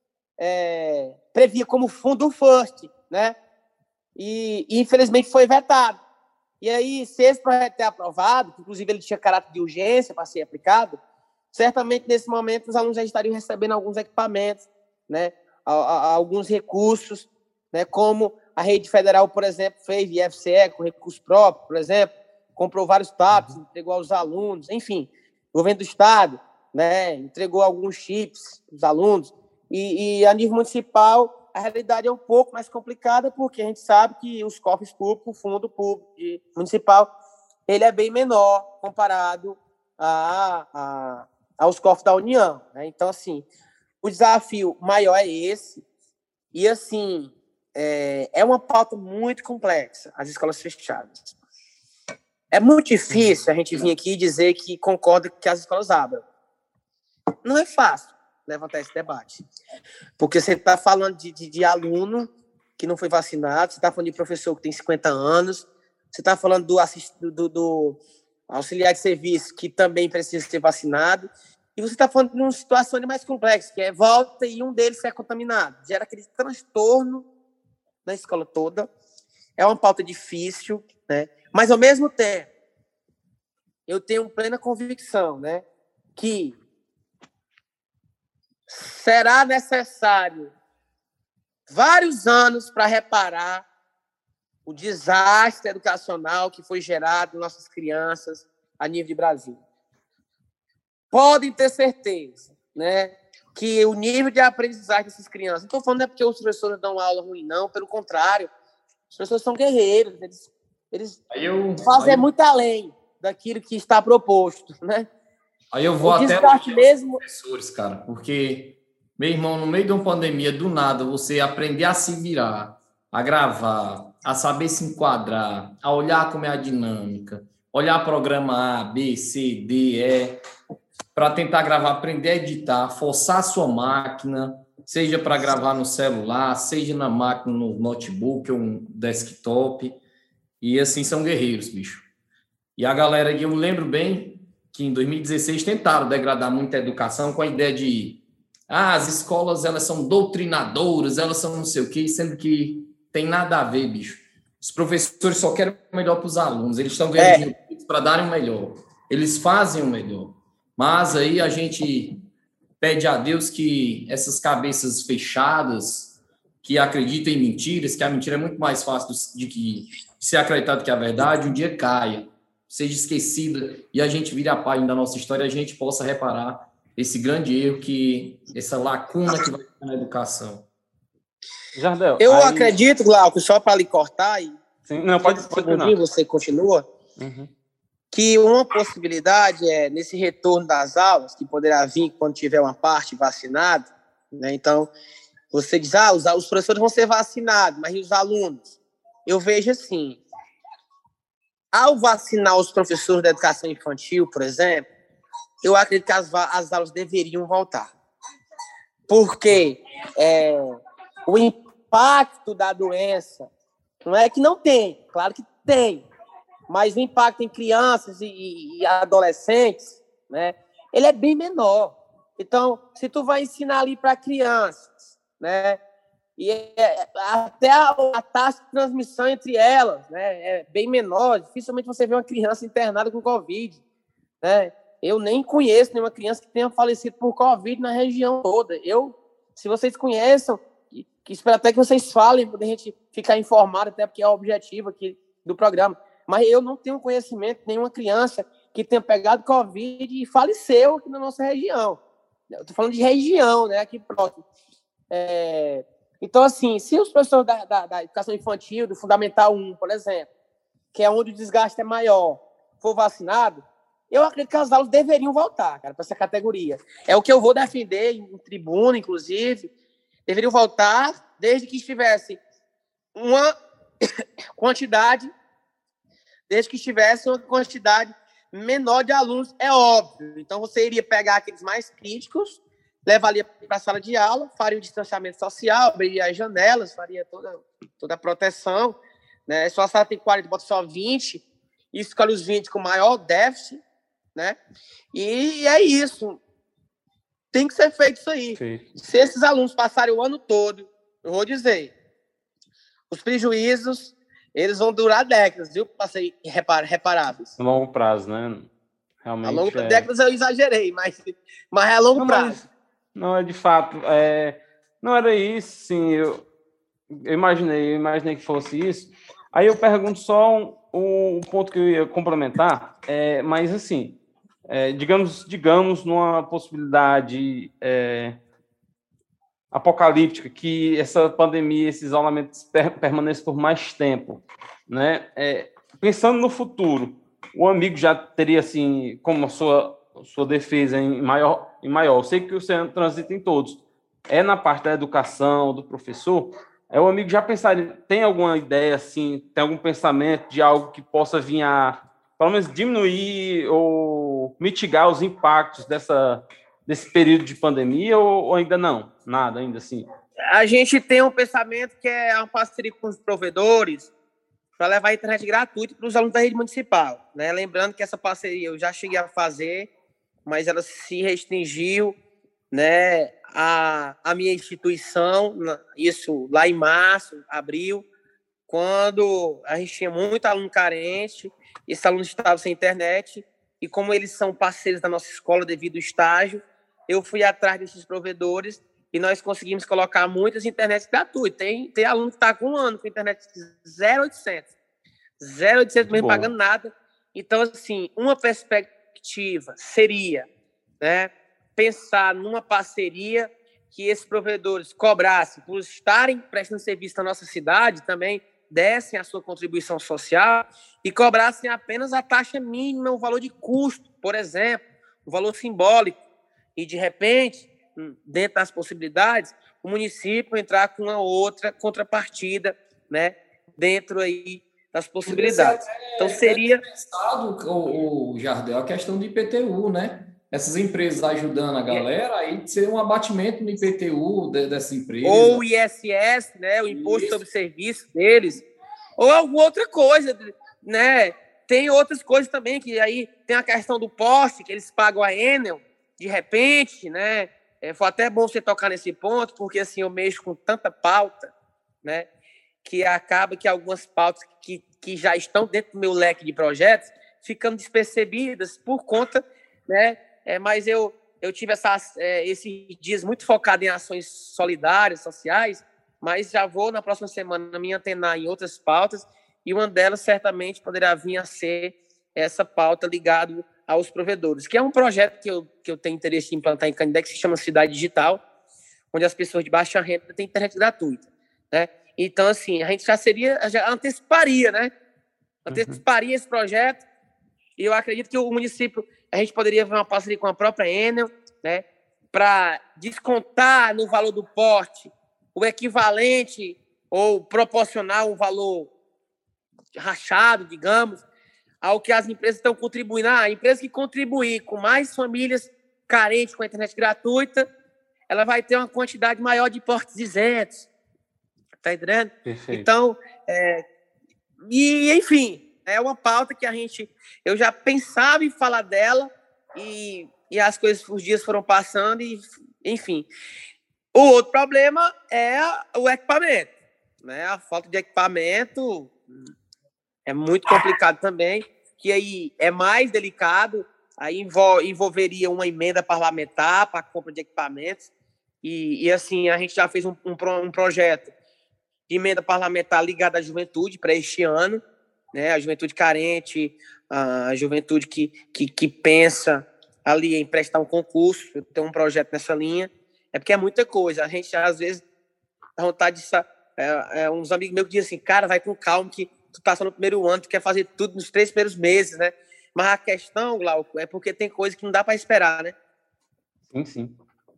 previa como fundo o FIRST, né? E infelizmente foi vetado. E aí, se esse projeto é aprovado, que inclusive ele tinha caráter de urgência para ser aplicado, certamente nesse momento os alunos já estariam recebendo alguns equipamentos, né? Alguns recursos, né? Como a rede federal, por exemplo, fez, e FCE, com recurso próprio, por exemplo, comprou vários tablets, entregou aos alunos, enfim, o governo do estado, né? Entregou alguns chips aos alunos. E a nível municipal, a realidade é um pouco mais complicada, porque a gente sabe que os cofres públicos, o fundo público municipal, ele é bem menor comparado aos cofres da União, né? Então, assim, o desafio maior é esse. E, assim, é uma pauta muito complexa, as escolas fechadas. É muito difícil a gente vir aqui e dizer que concorda que as escolas abram. Não é fácil levantar esse debate. Porque você está falando de aluno que não foi vacinado, você está falando de professor que tem 50 anos, você está falando do auxiliar de serviço que também precisa ser vacinado, e você está falando de uma situação mais complexa, que é volta e um deles é contaminado. Gera aquele transtorno na escola toda. É uma pauta difícil, né? Mas, ao mesmo tempo, eu tenho plena convicção, né, que será necessário vários anos para reparar o desastre educacional que foi gerado em nossas crianças a nível de Brasil. Podem ter certeza, né, que o nível de aprendizagem dessas crianças, não estou falando porque os professores dão aula ruim, não, pelo contrário, os professores são guerreiros, eles fazem muito além daquilo que está proposto, né? Aí eu vou até mesmo professores, cara, porque, meu irmão, no meio de uma pandemia, do nada, você aprender a se virar, a gravar, a saber se enquadrar, a olhar como é a dinâmica, olhar programa A, B, C, D, E, para tentar gravar, aprender a editar, forçar a sua máquina, seja para gravar no celular, seja na máquina, no notebook ou um desktop, e assim são guerreiros, bicho. E a galera, eu lembro bem que em 2016 tentaram degradar muito a educação com a ideia de as escolas elas são doutrinadoras, elas são não sei o quê, sendo que tem nada a ver, bicho. Os professores só querem o melhor para os alunos, eles estão ganhando dinheiro para darem o melhor, eles fazem o melhor. Mas aí a gente pede a Deus que essas cabeças fechadas, que acreditam em mentiras, que a mentira é muito mais fácil de ser acreditado que a verdade, um dia caia, seja esquecida e a gente vire a página da nossa história e a gente possa reparar esse grande erro, essa lacuna que vai ter na educação. Jardel, eu acredito, Glauco, só para lhe cortar e sim, não, pode não. Você continua, que uma possibilidade é, nesse retorno das aulas, que poderá vir quando tiver uma parte vacinada, né? Então, você diz, os professores vão ser vacinados, mas e os alunos? Eu vejo assim, ao vacinar os professores da educação infantil, por exemplo, eu acredito que as aulas deveriam voltar. Porque o impacto da doença não é que não tem, claro que tem, mas o impacto em crianças e adolescentes, né, ele é bem menor. Então, se tu vai ensinar ali para crianças, né, e até a taxa de transmissão entre elas, né, é bem menor, dificilmente você vê uma criança internada com Covid, né? Eu nem conheço nenhuma criança que tenha falecido por Covid na região toda. Se vocês conheçam, que espero até que vocês falem, para a gente ficar informado, até porque é o objetivo aqui do programa. Mas eu não tenho conhecimento de nenhuma criança que tenha pegado Covid e faleceu aqui na nossa região. Eu estou falando de região, né, aqui próximo. Então, assim, se os professores da educação infantil, do Fundamental 1, por exemplo, que é onde o desgaste é maior, for vacinado, eu acredito que as aulas deveriam voltar, cara, para essa categoria. É o que eu vou defender em tribuna, inclusive. Deveriam voltar desde que estivesse uma quantidade menor de alunos, é óbvio. Então, você iria pegar aqueles mais críticos, levaria para a sala de aula, faria o distanciamento social, abriria as janelas, faria toda a proteção, né? Se a sala tem 40, bota só 20, e escolhe os 20 com maior déficit, né? E é isso. Tem que ser feito isso aí. Sim. Se esses alunos passarem o ano todo, eu vou dizer, os prejuízos, eles vão durar décadas, viu? Para ser reparáveis. No longo prazo, né? Realmente. A longo décadas eu exagerei, mas é a longo prazo. Não, é de fato. Não era isso, sim. Eu imaginei que fosse isso. Aí eu pergunto só um ponto que eu ia complementar, mas assim, digamos numa possibilidade apocalíptica, que essa pandemia, esse isolamento permaneça por mais tempo, né? Pensando no futuro, o amigo já teria, assim, como a sua defesa em maior. Eu sei que o Oceano transita em todos. Na parte da educação, do professor, o amigo já pensaria, tem alguma ideia, assim, tem algum pensamento de algo que possa vir a pelo menos diminuir ou mitigar os impactos desse período de pandemia ou ainda não? Nada, ainda assim? A gente tem um pensamento que é uma parceria com os provedores para levar a internet gratuita para os alunos da rede municipal, né? Lembrando que essa parceria eu já cheguei a fazer, mas ela se restringiu, né, a minha instituição, isso lá em março, abril, quando a gente tinha muito aluno carente, esse aluno estava sem internet, e como eles são parceiros da nossa escola devido ao estágio, eu fui atrás desses provedores e nós conseguimos colocar muitas internets gratuitas. Tem aluno que está com um ano com internet 0,800. 0,800 mesmo, pagando nada. Então, assim, uma perspectiva seria, né, pensar numa parceria que esses provedores cobrassem por estarem prestando serviço na nossa cidade, também dessem a sua contribuição social e cobrassem apenas a taxa mínima, o valor de custo, por exemplo, o valor simbólico. E, de repente, dentro das possibilidades, o município entrar com uma outra contrapartida, né, dentro aí das possibilidades. Então, seria... pensado, o Jardel, a questão do IPTU, né? Essas empresas ajudando a galera, aí ser um abatimento no IPTU dessa empresa. Ou o ISS, né, o Imposto sobre Serviço deles, ou alguma outra coisa, né? Tem outras coisas também, que aí tem a questão do poste, que eles pagam a Enel, de repente, né? Foi até bom você tocar nesse ponto, porque assim, eu mexo com tanta pauta, né, que acaba que algumas pautas que já estão dentro do meu leque de projetos ficando despercebidas por conta, né? Mas eu tive esses dias muito focado em ações solidárias, sociais, mas já vou, na próxima semana, me antenar em outras pautas, e uma delas certamente poderá vir a ser essa pauta ligada aos provedores, que é um projeto que eu tenho interesse em implantar em Canindé, que se chama Cidade Digital, onde as pessoas de baixa renda têm internet gratuita, né? Então, assim, a gente já anteciparia, né? Anteciparia esse projeto, e eu acredito que o município, a gente poderia ver uma parceria com a própria Enel, né, para descontar no valor do porte o equivalente ou proporcionar um valor rachado, digamos, ao que as empresas estão contribuindo. A empresa que contribuir com mais famílias carentes com a internet gratuita, ela vai ter uma quantidade maior de portes isentos. Está entendendo? Perfeito. Então, enfim, é uma pauta que eu já pensava em falar dela e os dias foram passando e, enfim. O outro problema é o equipamento, né? A falta de equipamento é muito complicado também, que aí é mais delicado, aí envolveria uma emenda parlamentar para a compra de equipamentos e assim, a gente já fez um projeto de emenda parlamentar ligada à juventude para este ano, né? A juventude carente, a juventude que pensa ali em prestar um concurso. Eu tenho um projeto nessa linha, porque é muita coisa. A gente, às vezes, dá vontade de... uns amigos meus que dizem assim, cara, vai com calma, que tu tá só no primeiro ano, tu quer fazer tudo nos 3 primeiros meses, né? Mas a questão, Glauco, é porque tem coisa que não dá para esperar, né? Sim.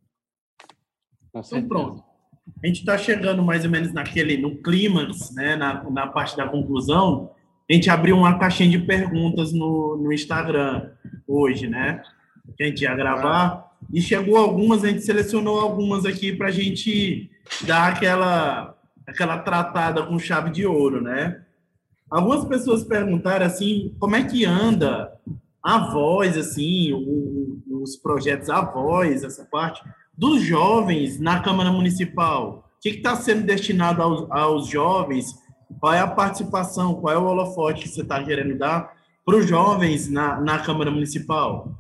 Então, pronto. A gente está chegando mais ou menos no clímax, né, na parte da conclusão. A gente abriu uma caixinha de perguntas no Instagram hoje, né? Que a gente ia gravar. E chegou algumas, a gente selecionou algumas aqui para a gente dar aquela tratada com chave de ouro, né? Algumas pessoas perguntaram, assim, como é que anda a voz, assim, os projetos A Voz, essa parte, dos jovens na Câmara Municipal. O que está sendo destinado aos jovens? Qual é a participação, qual é o holofote que você está querendo dar para os jovens na Câmara Municipal?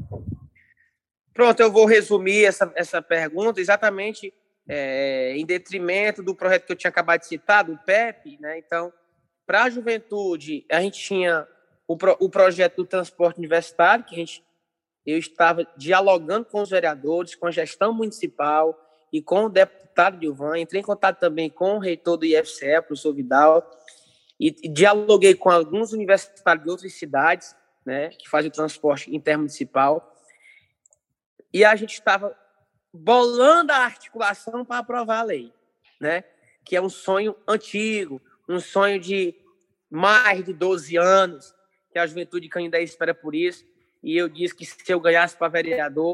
Pronto, eu vou resumir essa pergunta exatamente em detrimento do projeto que eu tinha acabado de citar, do PEP, né? Então, para a juventude, a gente tinha o projeto do transporte universitário, que eu estava dialogando com os vereadores, com a gestão municipal e com o deputado Dilvan. Entrei em contato também com o reitor do IFCE, o professor Vidal, e dialoguei com alguns universitários de outras cidades, né, que fazem o transporte intermunicipal. E a gente estava bolando a articulação para aprovar a lei, né, que é um sonho antigo, um sonho de mais de 12 anos. que a juventude de Canindé espera por isso, e eu disse que se eu ganhasse para vereador,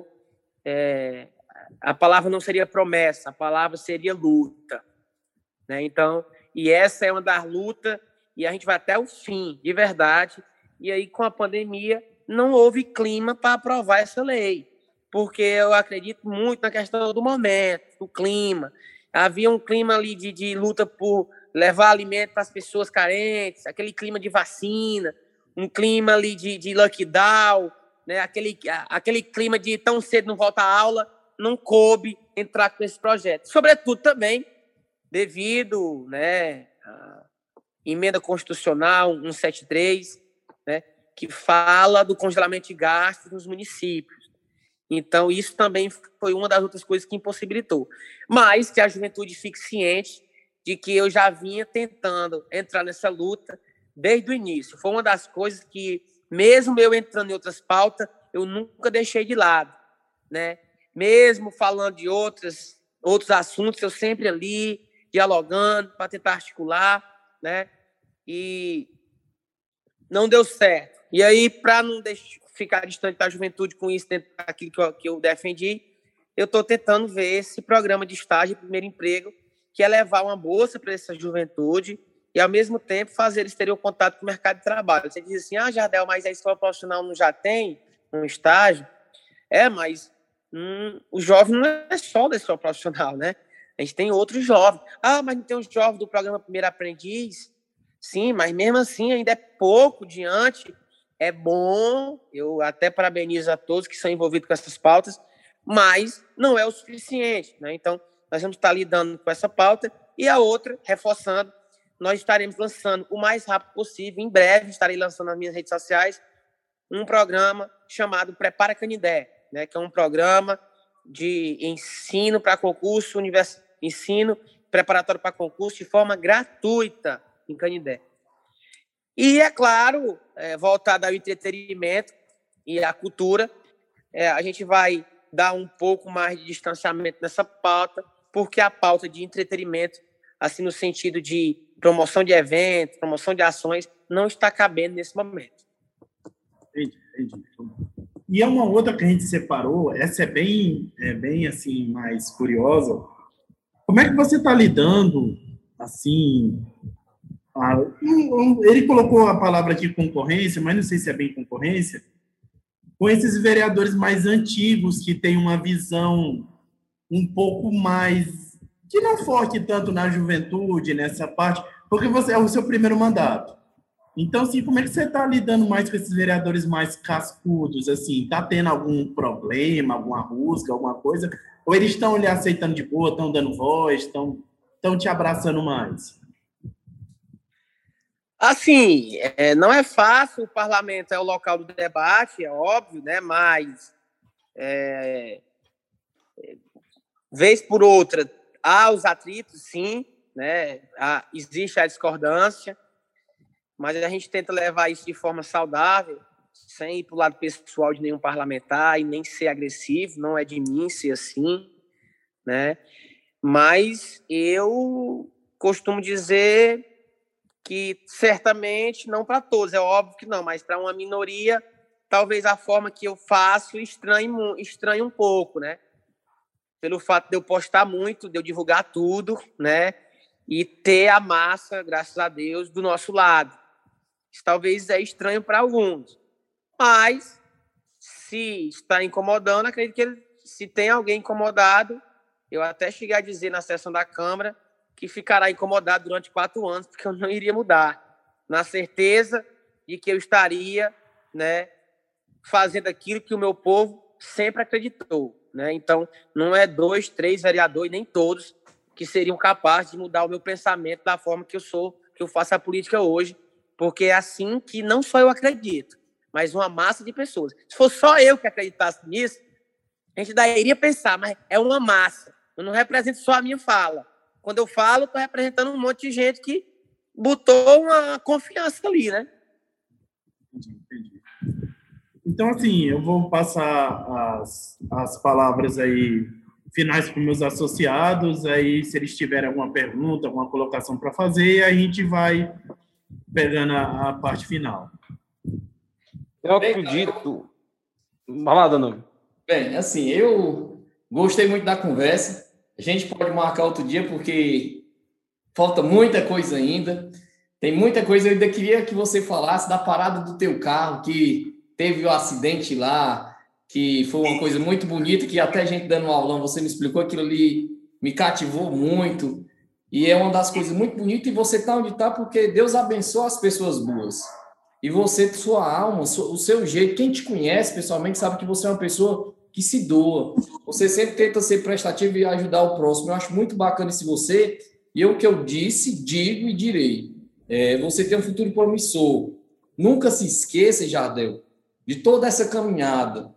a palavra não seria promessa, a palavra seria luta, né? Então, e essa é uma das lutas, e a gente vai até o fim, de verdade, e aí com a pandemia não houve clima para aprovar essa lei, porque eu acredito muito na questão do momento, do clima. Havia um clima ali de luta por levar alimento para as pessoas carentes, aquele clima de vacina, um clima ali de lockdown, né? Aquele clima de tão cedo não volta à aula, não coube entrar com esse projeto. Sobretudo também devido, né, à emenda constitucional 173, né, que fala do congelamento de gastos nos municípios. Então, isso também foi uma das outras coisas que impossibilitou. Mas que a juventude fique ciente de que eu já vinha tentando entrar nessa luta desde o início. Foi uma das coisas que, mesmo eu entrando em outras pautas, eu nunca deixei de lado, né? Mesmo falando de outros assuntos, eu sempre ali, dialogando, para tentar articular, né? E não deu certo. E aí, para não ficar distante da juventude com isso, dentro daquilo que eu defendi, eu estou tentando ver esse programa de estágio e primeiro emprego, que é levar uma bolsa para essa juventude e, ao mesmo tempo, fazer eles terem o contato com o mercado de trabalho. Você diz assim, Jardel, mas a escola profissional não já tem um estágio? Mas o jovem não é só da escola profissional, né? A gente tem outros jovens. Mas não tem os jovens do programa Primeiro Aprendiz? Sim, mas mesmo assim ainda é pouco diante. É bom, eu até parabenizo a todos que são envolvidos com essas pautas, mas não é o suficiente, né? Então, nós vamos estar lidando com essa pauta e a outra, reforçando, nós estaremos lançando o mais rápido possível, em breve estarei lançando nas minhas redes sociais, um programa chamado Prepara Canindé, né? Que é um programa de ensino para concurso, ensino preparatório para concurso de forma gratuita em Canindé. E, é claro, voltado ao entretenimento e à cultura, a gente vai dar um pouco mais de distanciamento nessa pauta, porque a pauta de entretenimento, assim, no sentido de promoção de eventos, promoção de ações, não está cabendo nesse momento. Entendi. E é uma outra que a gente separou, essa é bem assim, mais curiosa. Como é que você está lidando, assim... ele colocou a palavra aqui concorrência, mas não sei se é bem concorrência, com esses vereadores mais antigos que têm uma visão um pouco mais, que não foque tanto na juventude, nessa parte, porque você é o seu primeiro mandato. Então, assim, como é que você está lidando mais com esses vereadores mais cascudos, assim? Está tendo algum problema, alguma rusga, alguma coisa? Ou eles estão lhe aceitando de boa, estão dando voz, estão te abraçando mais? Assim, não é fácil, o parlamento é o local do debate, é óbvio, né? Mas, vez por outra, há os atritos, sim, né? Existe a discordância, mas a gente tenta levar isso de forma saudável, sem ir para o lado pessoal de nenhum parlamentar e nem ser agressivo, não é de mim ser assim, né? Mas eu costumo dizer que certamente, não para todos, é óbvio que não, mas para uma minoria, talvez a forma que eu faço estranhe um pouco, né? Pelo fato de eu postar muito, de eu divulgar tudo, né? E ter a massa, graças a Deus, do nosso lado. Isso talvez é estranho para alguns. Mas, se está incomodando, acredito que se tem alguém incomodado, eu até cheguei a dizer na sessão da Câmara que ficará incomodado durante 4 anos, porque eu não iria mudar, na certeza de que eu estaria, né, fazendo aquilo que o meu povo sempre acreditou, né? Então, não é 2, 3 vereadores, nem todos, que seriam capazes de mudar o meu pensamento da forma que eu faço a política hoje, porque é assim que não só eu acredito, mas uma massa de pessoas. Se fosse só eu que acreditasse nisso, a gente daí iria pensar, mas é uma massa, eu não represento só a minha fala. Quando eu falo, estou representando um monte de gente que botou uma confiança ali, né? Entendi. Então, assim, eu vou passar as palavras aí finais para os meus associados, aí se eles tiverem alguma pergunta, alguma colocação para fazer, a gente vai pegando a parte final. Eu acredito... Vai lá, Danilo. Bem, assim, eu gostei muito da conversa. A gente pode marcar outro dia, porque falta muita coisa ainda. Tem muita coisa. Eu ainda queria que você falasse da parada do teu carro, que teve o acidente lá, que foi uma coisa muito bonita, que até a gente dando um aulão, você me explicou, aquilo ali me cativou muito. E é uma das coisas muito bonitas, e você está onde está porque Deus abençoa as pessoas boas. E você, sua alma, o seu jeito, quem te conhece pessoalmente sabe que você é uma pessoa que se doa. Você sempre tenta ser prestativo e ajudar o próximo. Eu acho muito bacana isso em você. E o que eu disse, digo e direi. Você tem um futuro promissor. Nunca se esqueça, Jardel, de toda essa caminhada.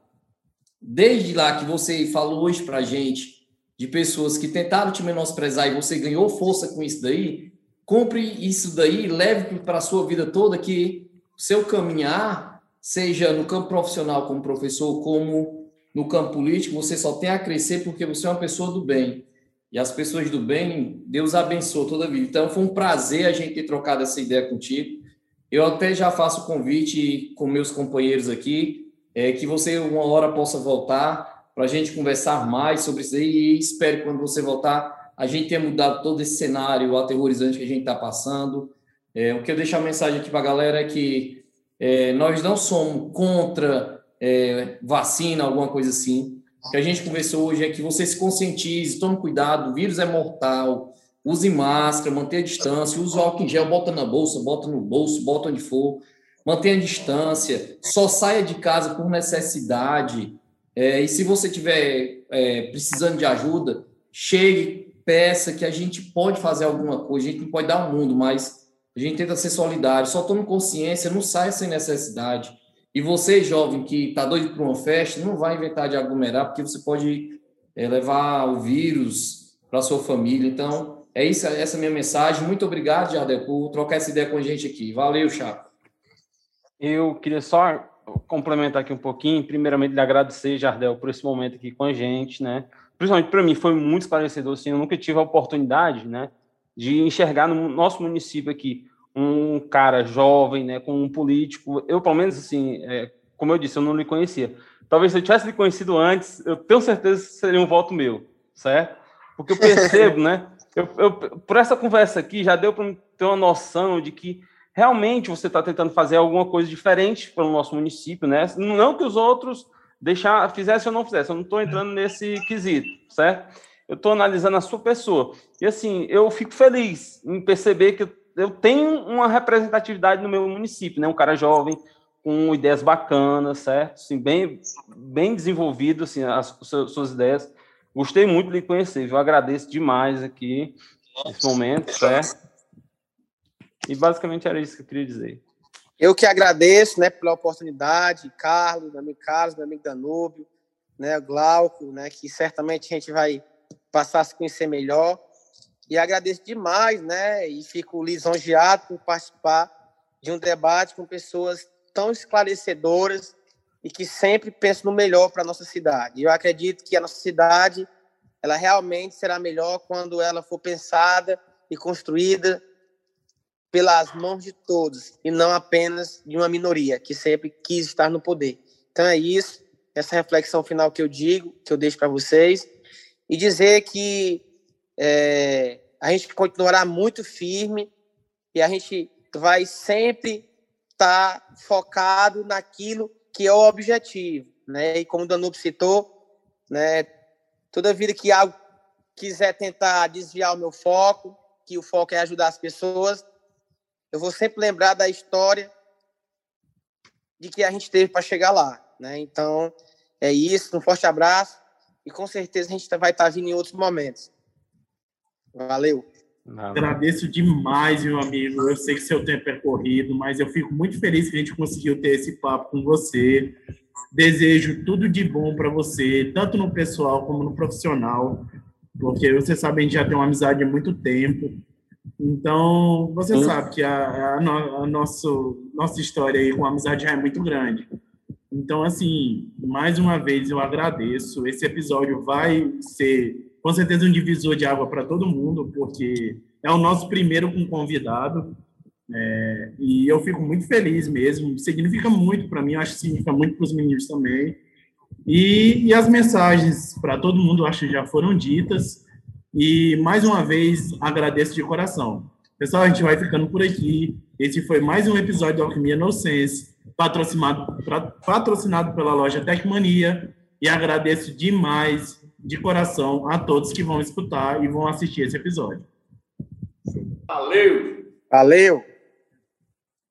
Desde lá que você falou hoje para a gente, de pessoas que tentaram te menosprezar e você ganhou força com isso daí, compre isso daí, leve para a sua vida toda, que o seu caminhar, seja no campo profissional como professor, como no campo político, você só tem a crescer porque você é uma pessoa do bem. E as pessoas do bem, Deus abençoa toda a vida. Então, foi um prazer a gente ter trocado essa ideia contigo. Eu até já faço o convite com meus companheiros aqui, que você uma hora possa voltar para a gente conversar mais sobre isso aí, e espero que quando você voltar, a gente tenha mudado todo esse cenário aterrorizante que a gente está passando. O que eu deixo a mensagem aqui para a galera é que nós não somos contra vacina, alguma coisa assim. O que a gente conversou hoje é que você se conscientize, tome cuidado, o vírus é mortal, use máscara, mantenha a distância, use o álcool em gel, bota na bolsa, bota no bolso, bota onde for, mantenha a distância, só saia de casa por necessidade. E se você estiver precisando de ajuda, chegue, peça, que a gente pode fazer alguma coisa, a gente não pode dar o mundo, mas a gente tenta ser solidário, só tome consciência, não saia sem necessidade. E você, jovem, que está doido para uma festa, não vai inventar de aglomerar, porque você pode levar o vírus para a sua família. Então, é isso, essa é a minha mensagem. Muito obrigado, Jardel, por trocar essa ideia com a gente aqui. Valeu, Chaco. Eu queria só complementar aqui um pouquinho. Primeiramente, lhe agradecer, Jardel, por esse momento aqui com a gente, né? Principalmente para mim, foi muito esclarecedor. Assim, eu nunca tive a oportunidade, né, de enxergar no nosso município aqui um cara jovem, né, com um político. Eu, pelo menos, assim, como eu disse, eu não lhe conhecia. Talvez se eu tivesse lhe conhecido antes, eu tenho certeza que seria um voto meu, certo? Porque eu percebo, né? Por essa conversa aqui, já deu para ter uma noção de que realmente você está tentando fazer alguma coisa diferente para o nosso município, né? Não que os outros fizessem ou não fizessem, eu não estou entrando nesse quesito, certo? Eu estou analisando a sua pessoa. E, assim, eu fico feliz em perceber que eu tenho uma representatividade no meu município, né? Um cara jovem, com ideias bacanas, certo? Assim, bem desenvolvido, assim, as suas ideias. Gostei muito de lhe conhecer, viu? Eu agradeço demais aqui, nesse momento, certo? E, basicamente, era isso que eu queria dizer. Eu que agradeço, né, pela oportunidade, Carlos, meu amigo Danúbio, né, Glauco, né, que certamente a gente vai passar a se conhecer melhor. E agradeço demais, né, e fico lisonjeado por participar de um debate com pessoas tão esclarecedoras e que sempre pensam no melhor para a nossa cidade. Eu acredito que a nossa cidade, ela realmente será melhor quando ela for pensada e construída pelas mãos de todos e não apenas de uma minoria que sempre quis estar no poder. Então é isso, essa reflexão final que eu digo, que eu deixo para vocês, e dizer que a gente continuará muito firme e a gente vai sempre estar focado naquilo que é o objetivo, né? E como o Danúbio citou, né, toda vida que algo quiser tentar desviar o meu foco, que o foco é ajudar as pessoas, eu vou sempre lembrar da história de que a gente teve para chegar lá, né? Então, é isso, um forte abraço e com certeza a gente vai estar vindo em outros momentos. Valeu. Agradeço demais, meu amigo. Eu sei que seu tempo é corrido, mas eu fico muito feliz que a gente conseguiu ter esse papo com você. Desejo tudo de bom para você, tanto no pessoal como no profissional, porque você sabe, a gente já tem uma amizade há muito tempo. Então, você sabe que a nossa história aí com a amizade já é muito grande. Então, assim, mais uma vez eu agradeço. Esse episódio vai ser, com certeza, um divisor de água para todo mundo, porque é o nosso primeiro com convidado. E eu fico muito feliz mesmo, significa muito para mim, acho que significa muito para os meninos também. E as mensagens para todo mundo, acho que já foram ditas. E, mais uma vez, agradeço de coração. Pessoal, a gente vai ficando por aqui. Esse foi mais um episódio do Alquimia No Sense, patrocinado pela loja Tecmania. E agradeço demais, de coração, a todos que vão escutar e vão assistir esse episódio. Valeu! Valeu!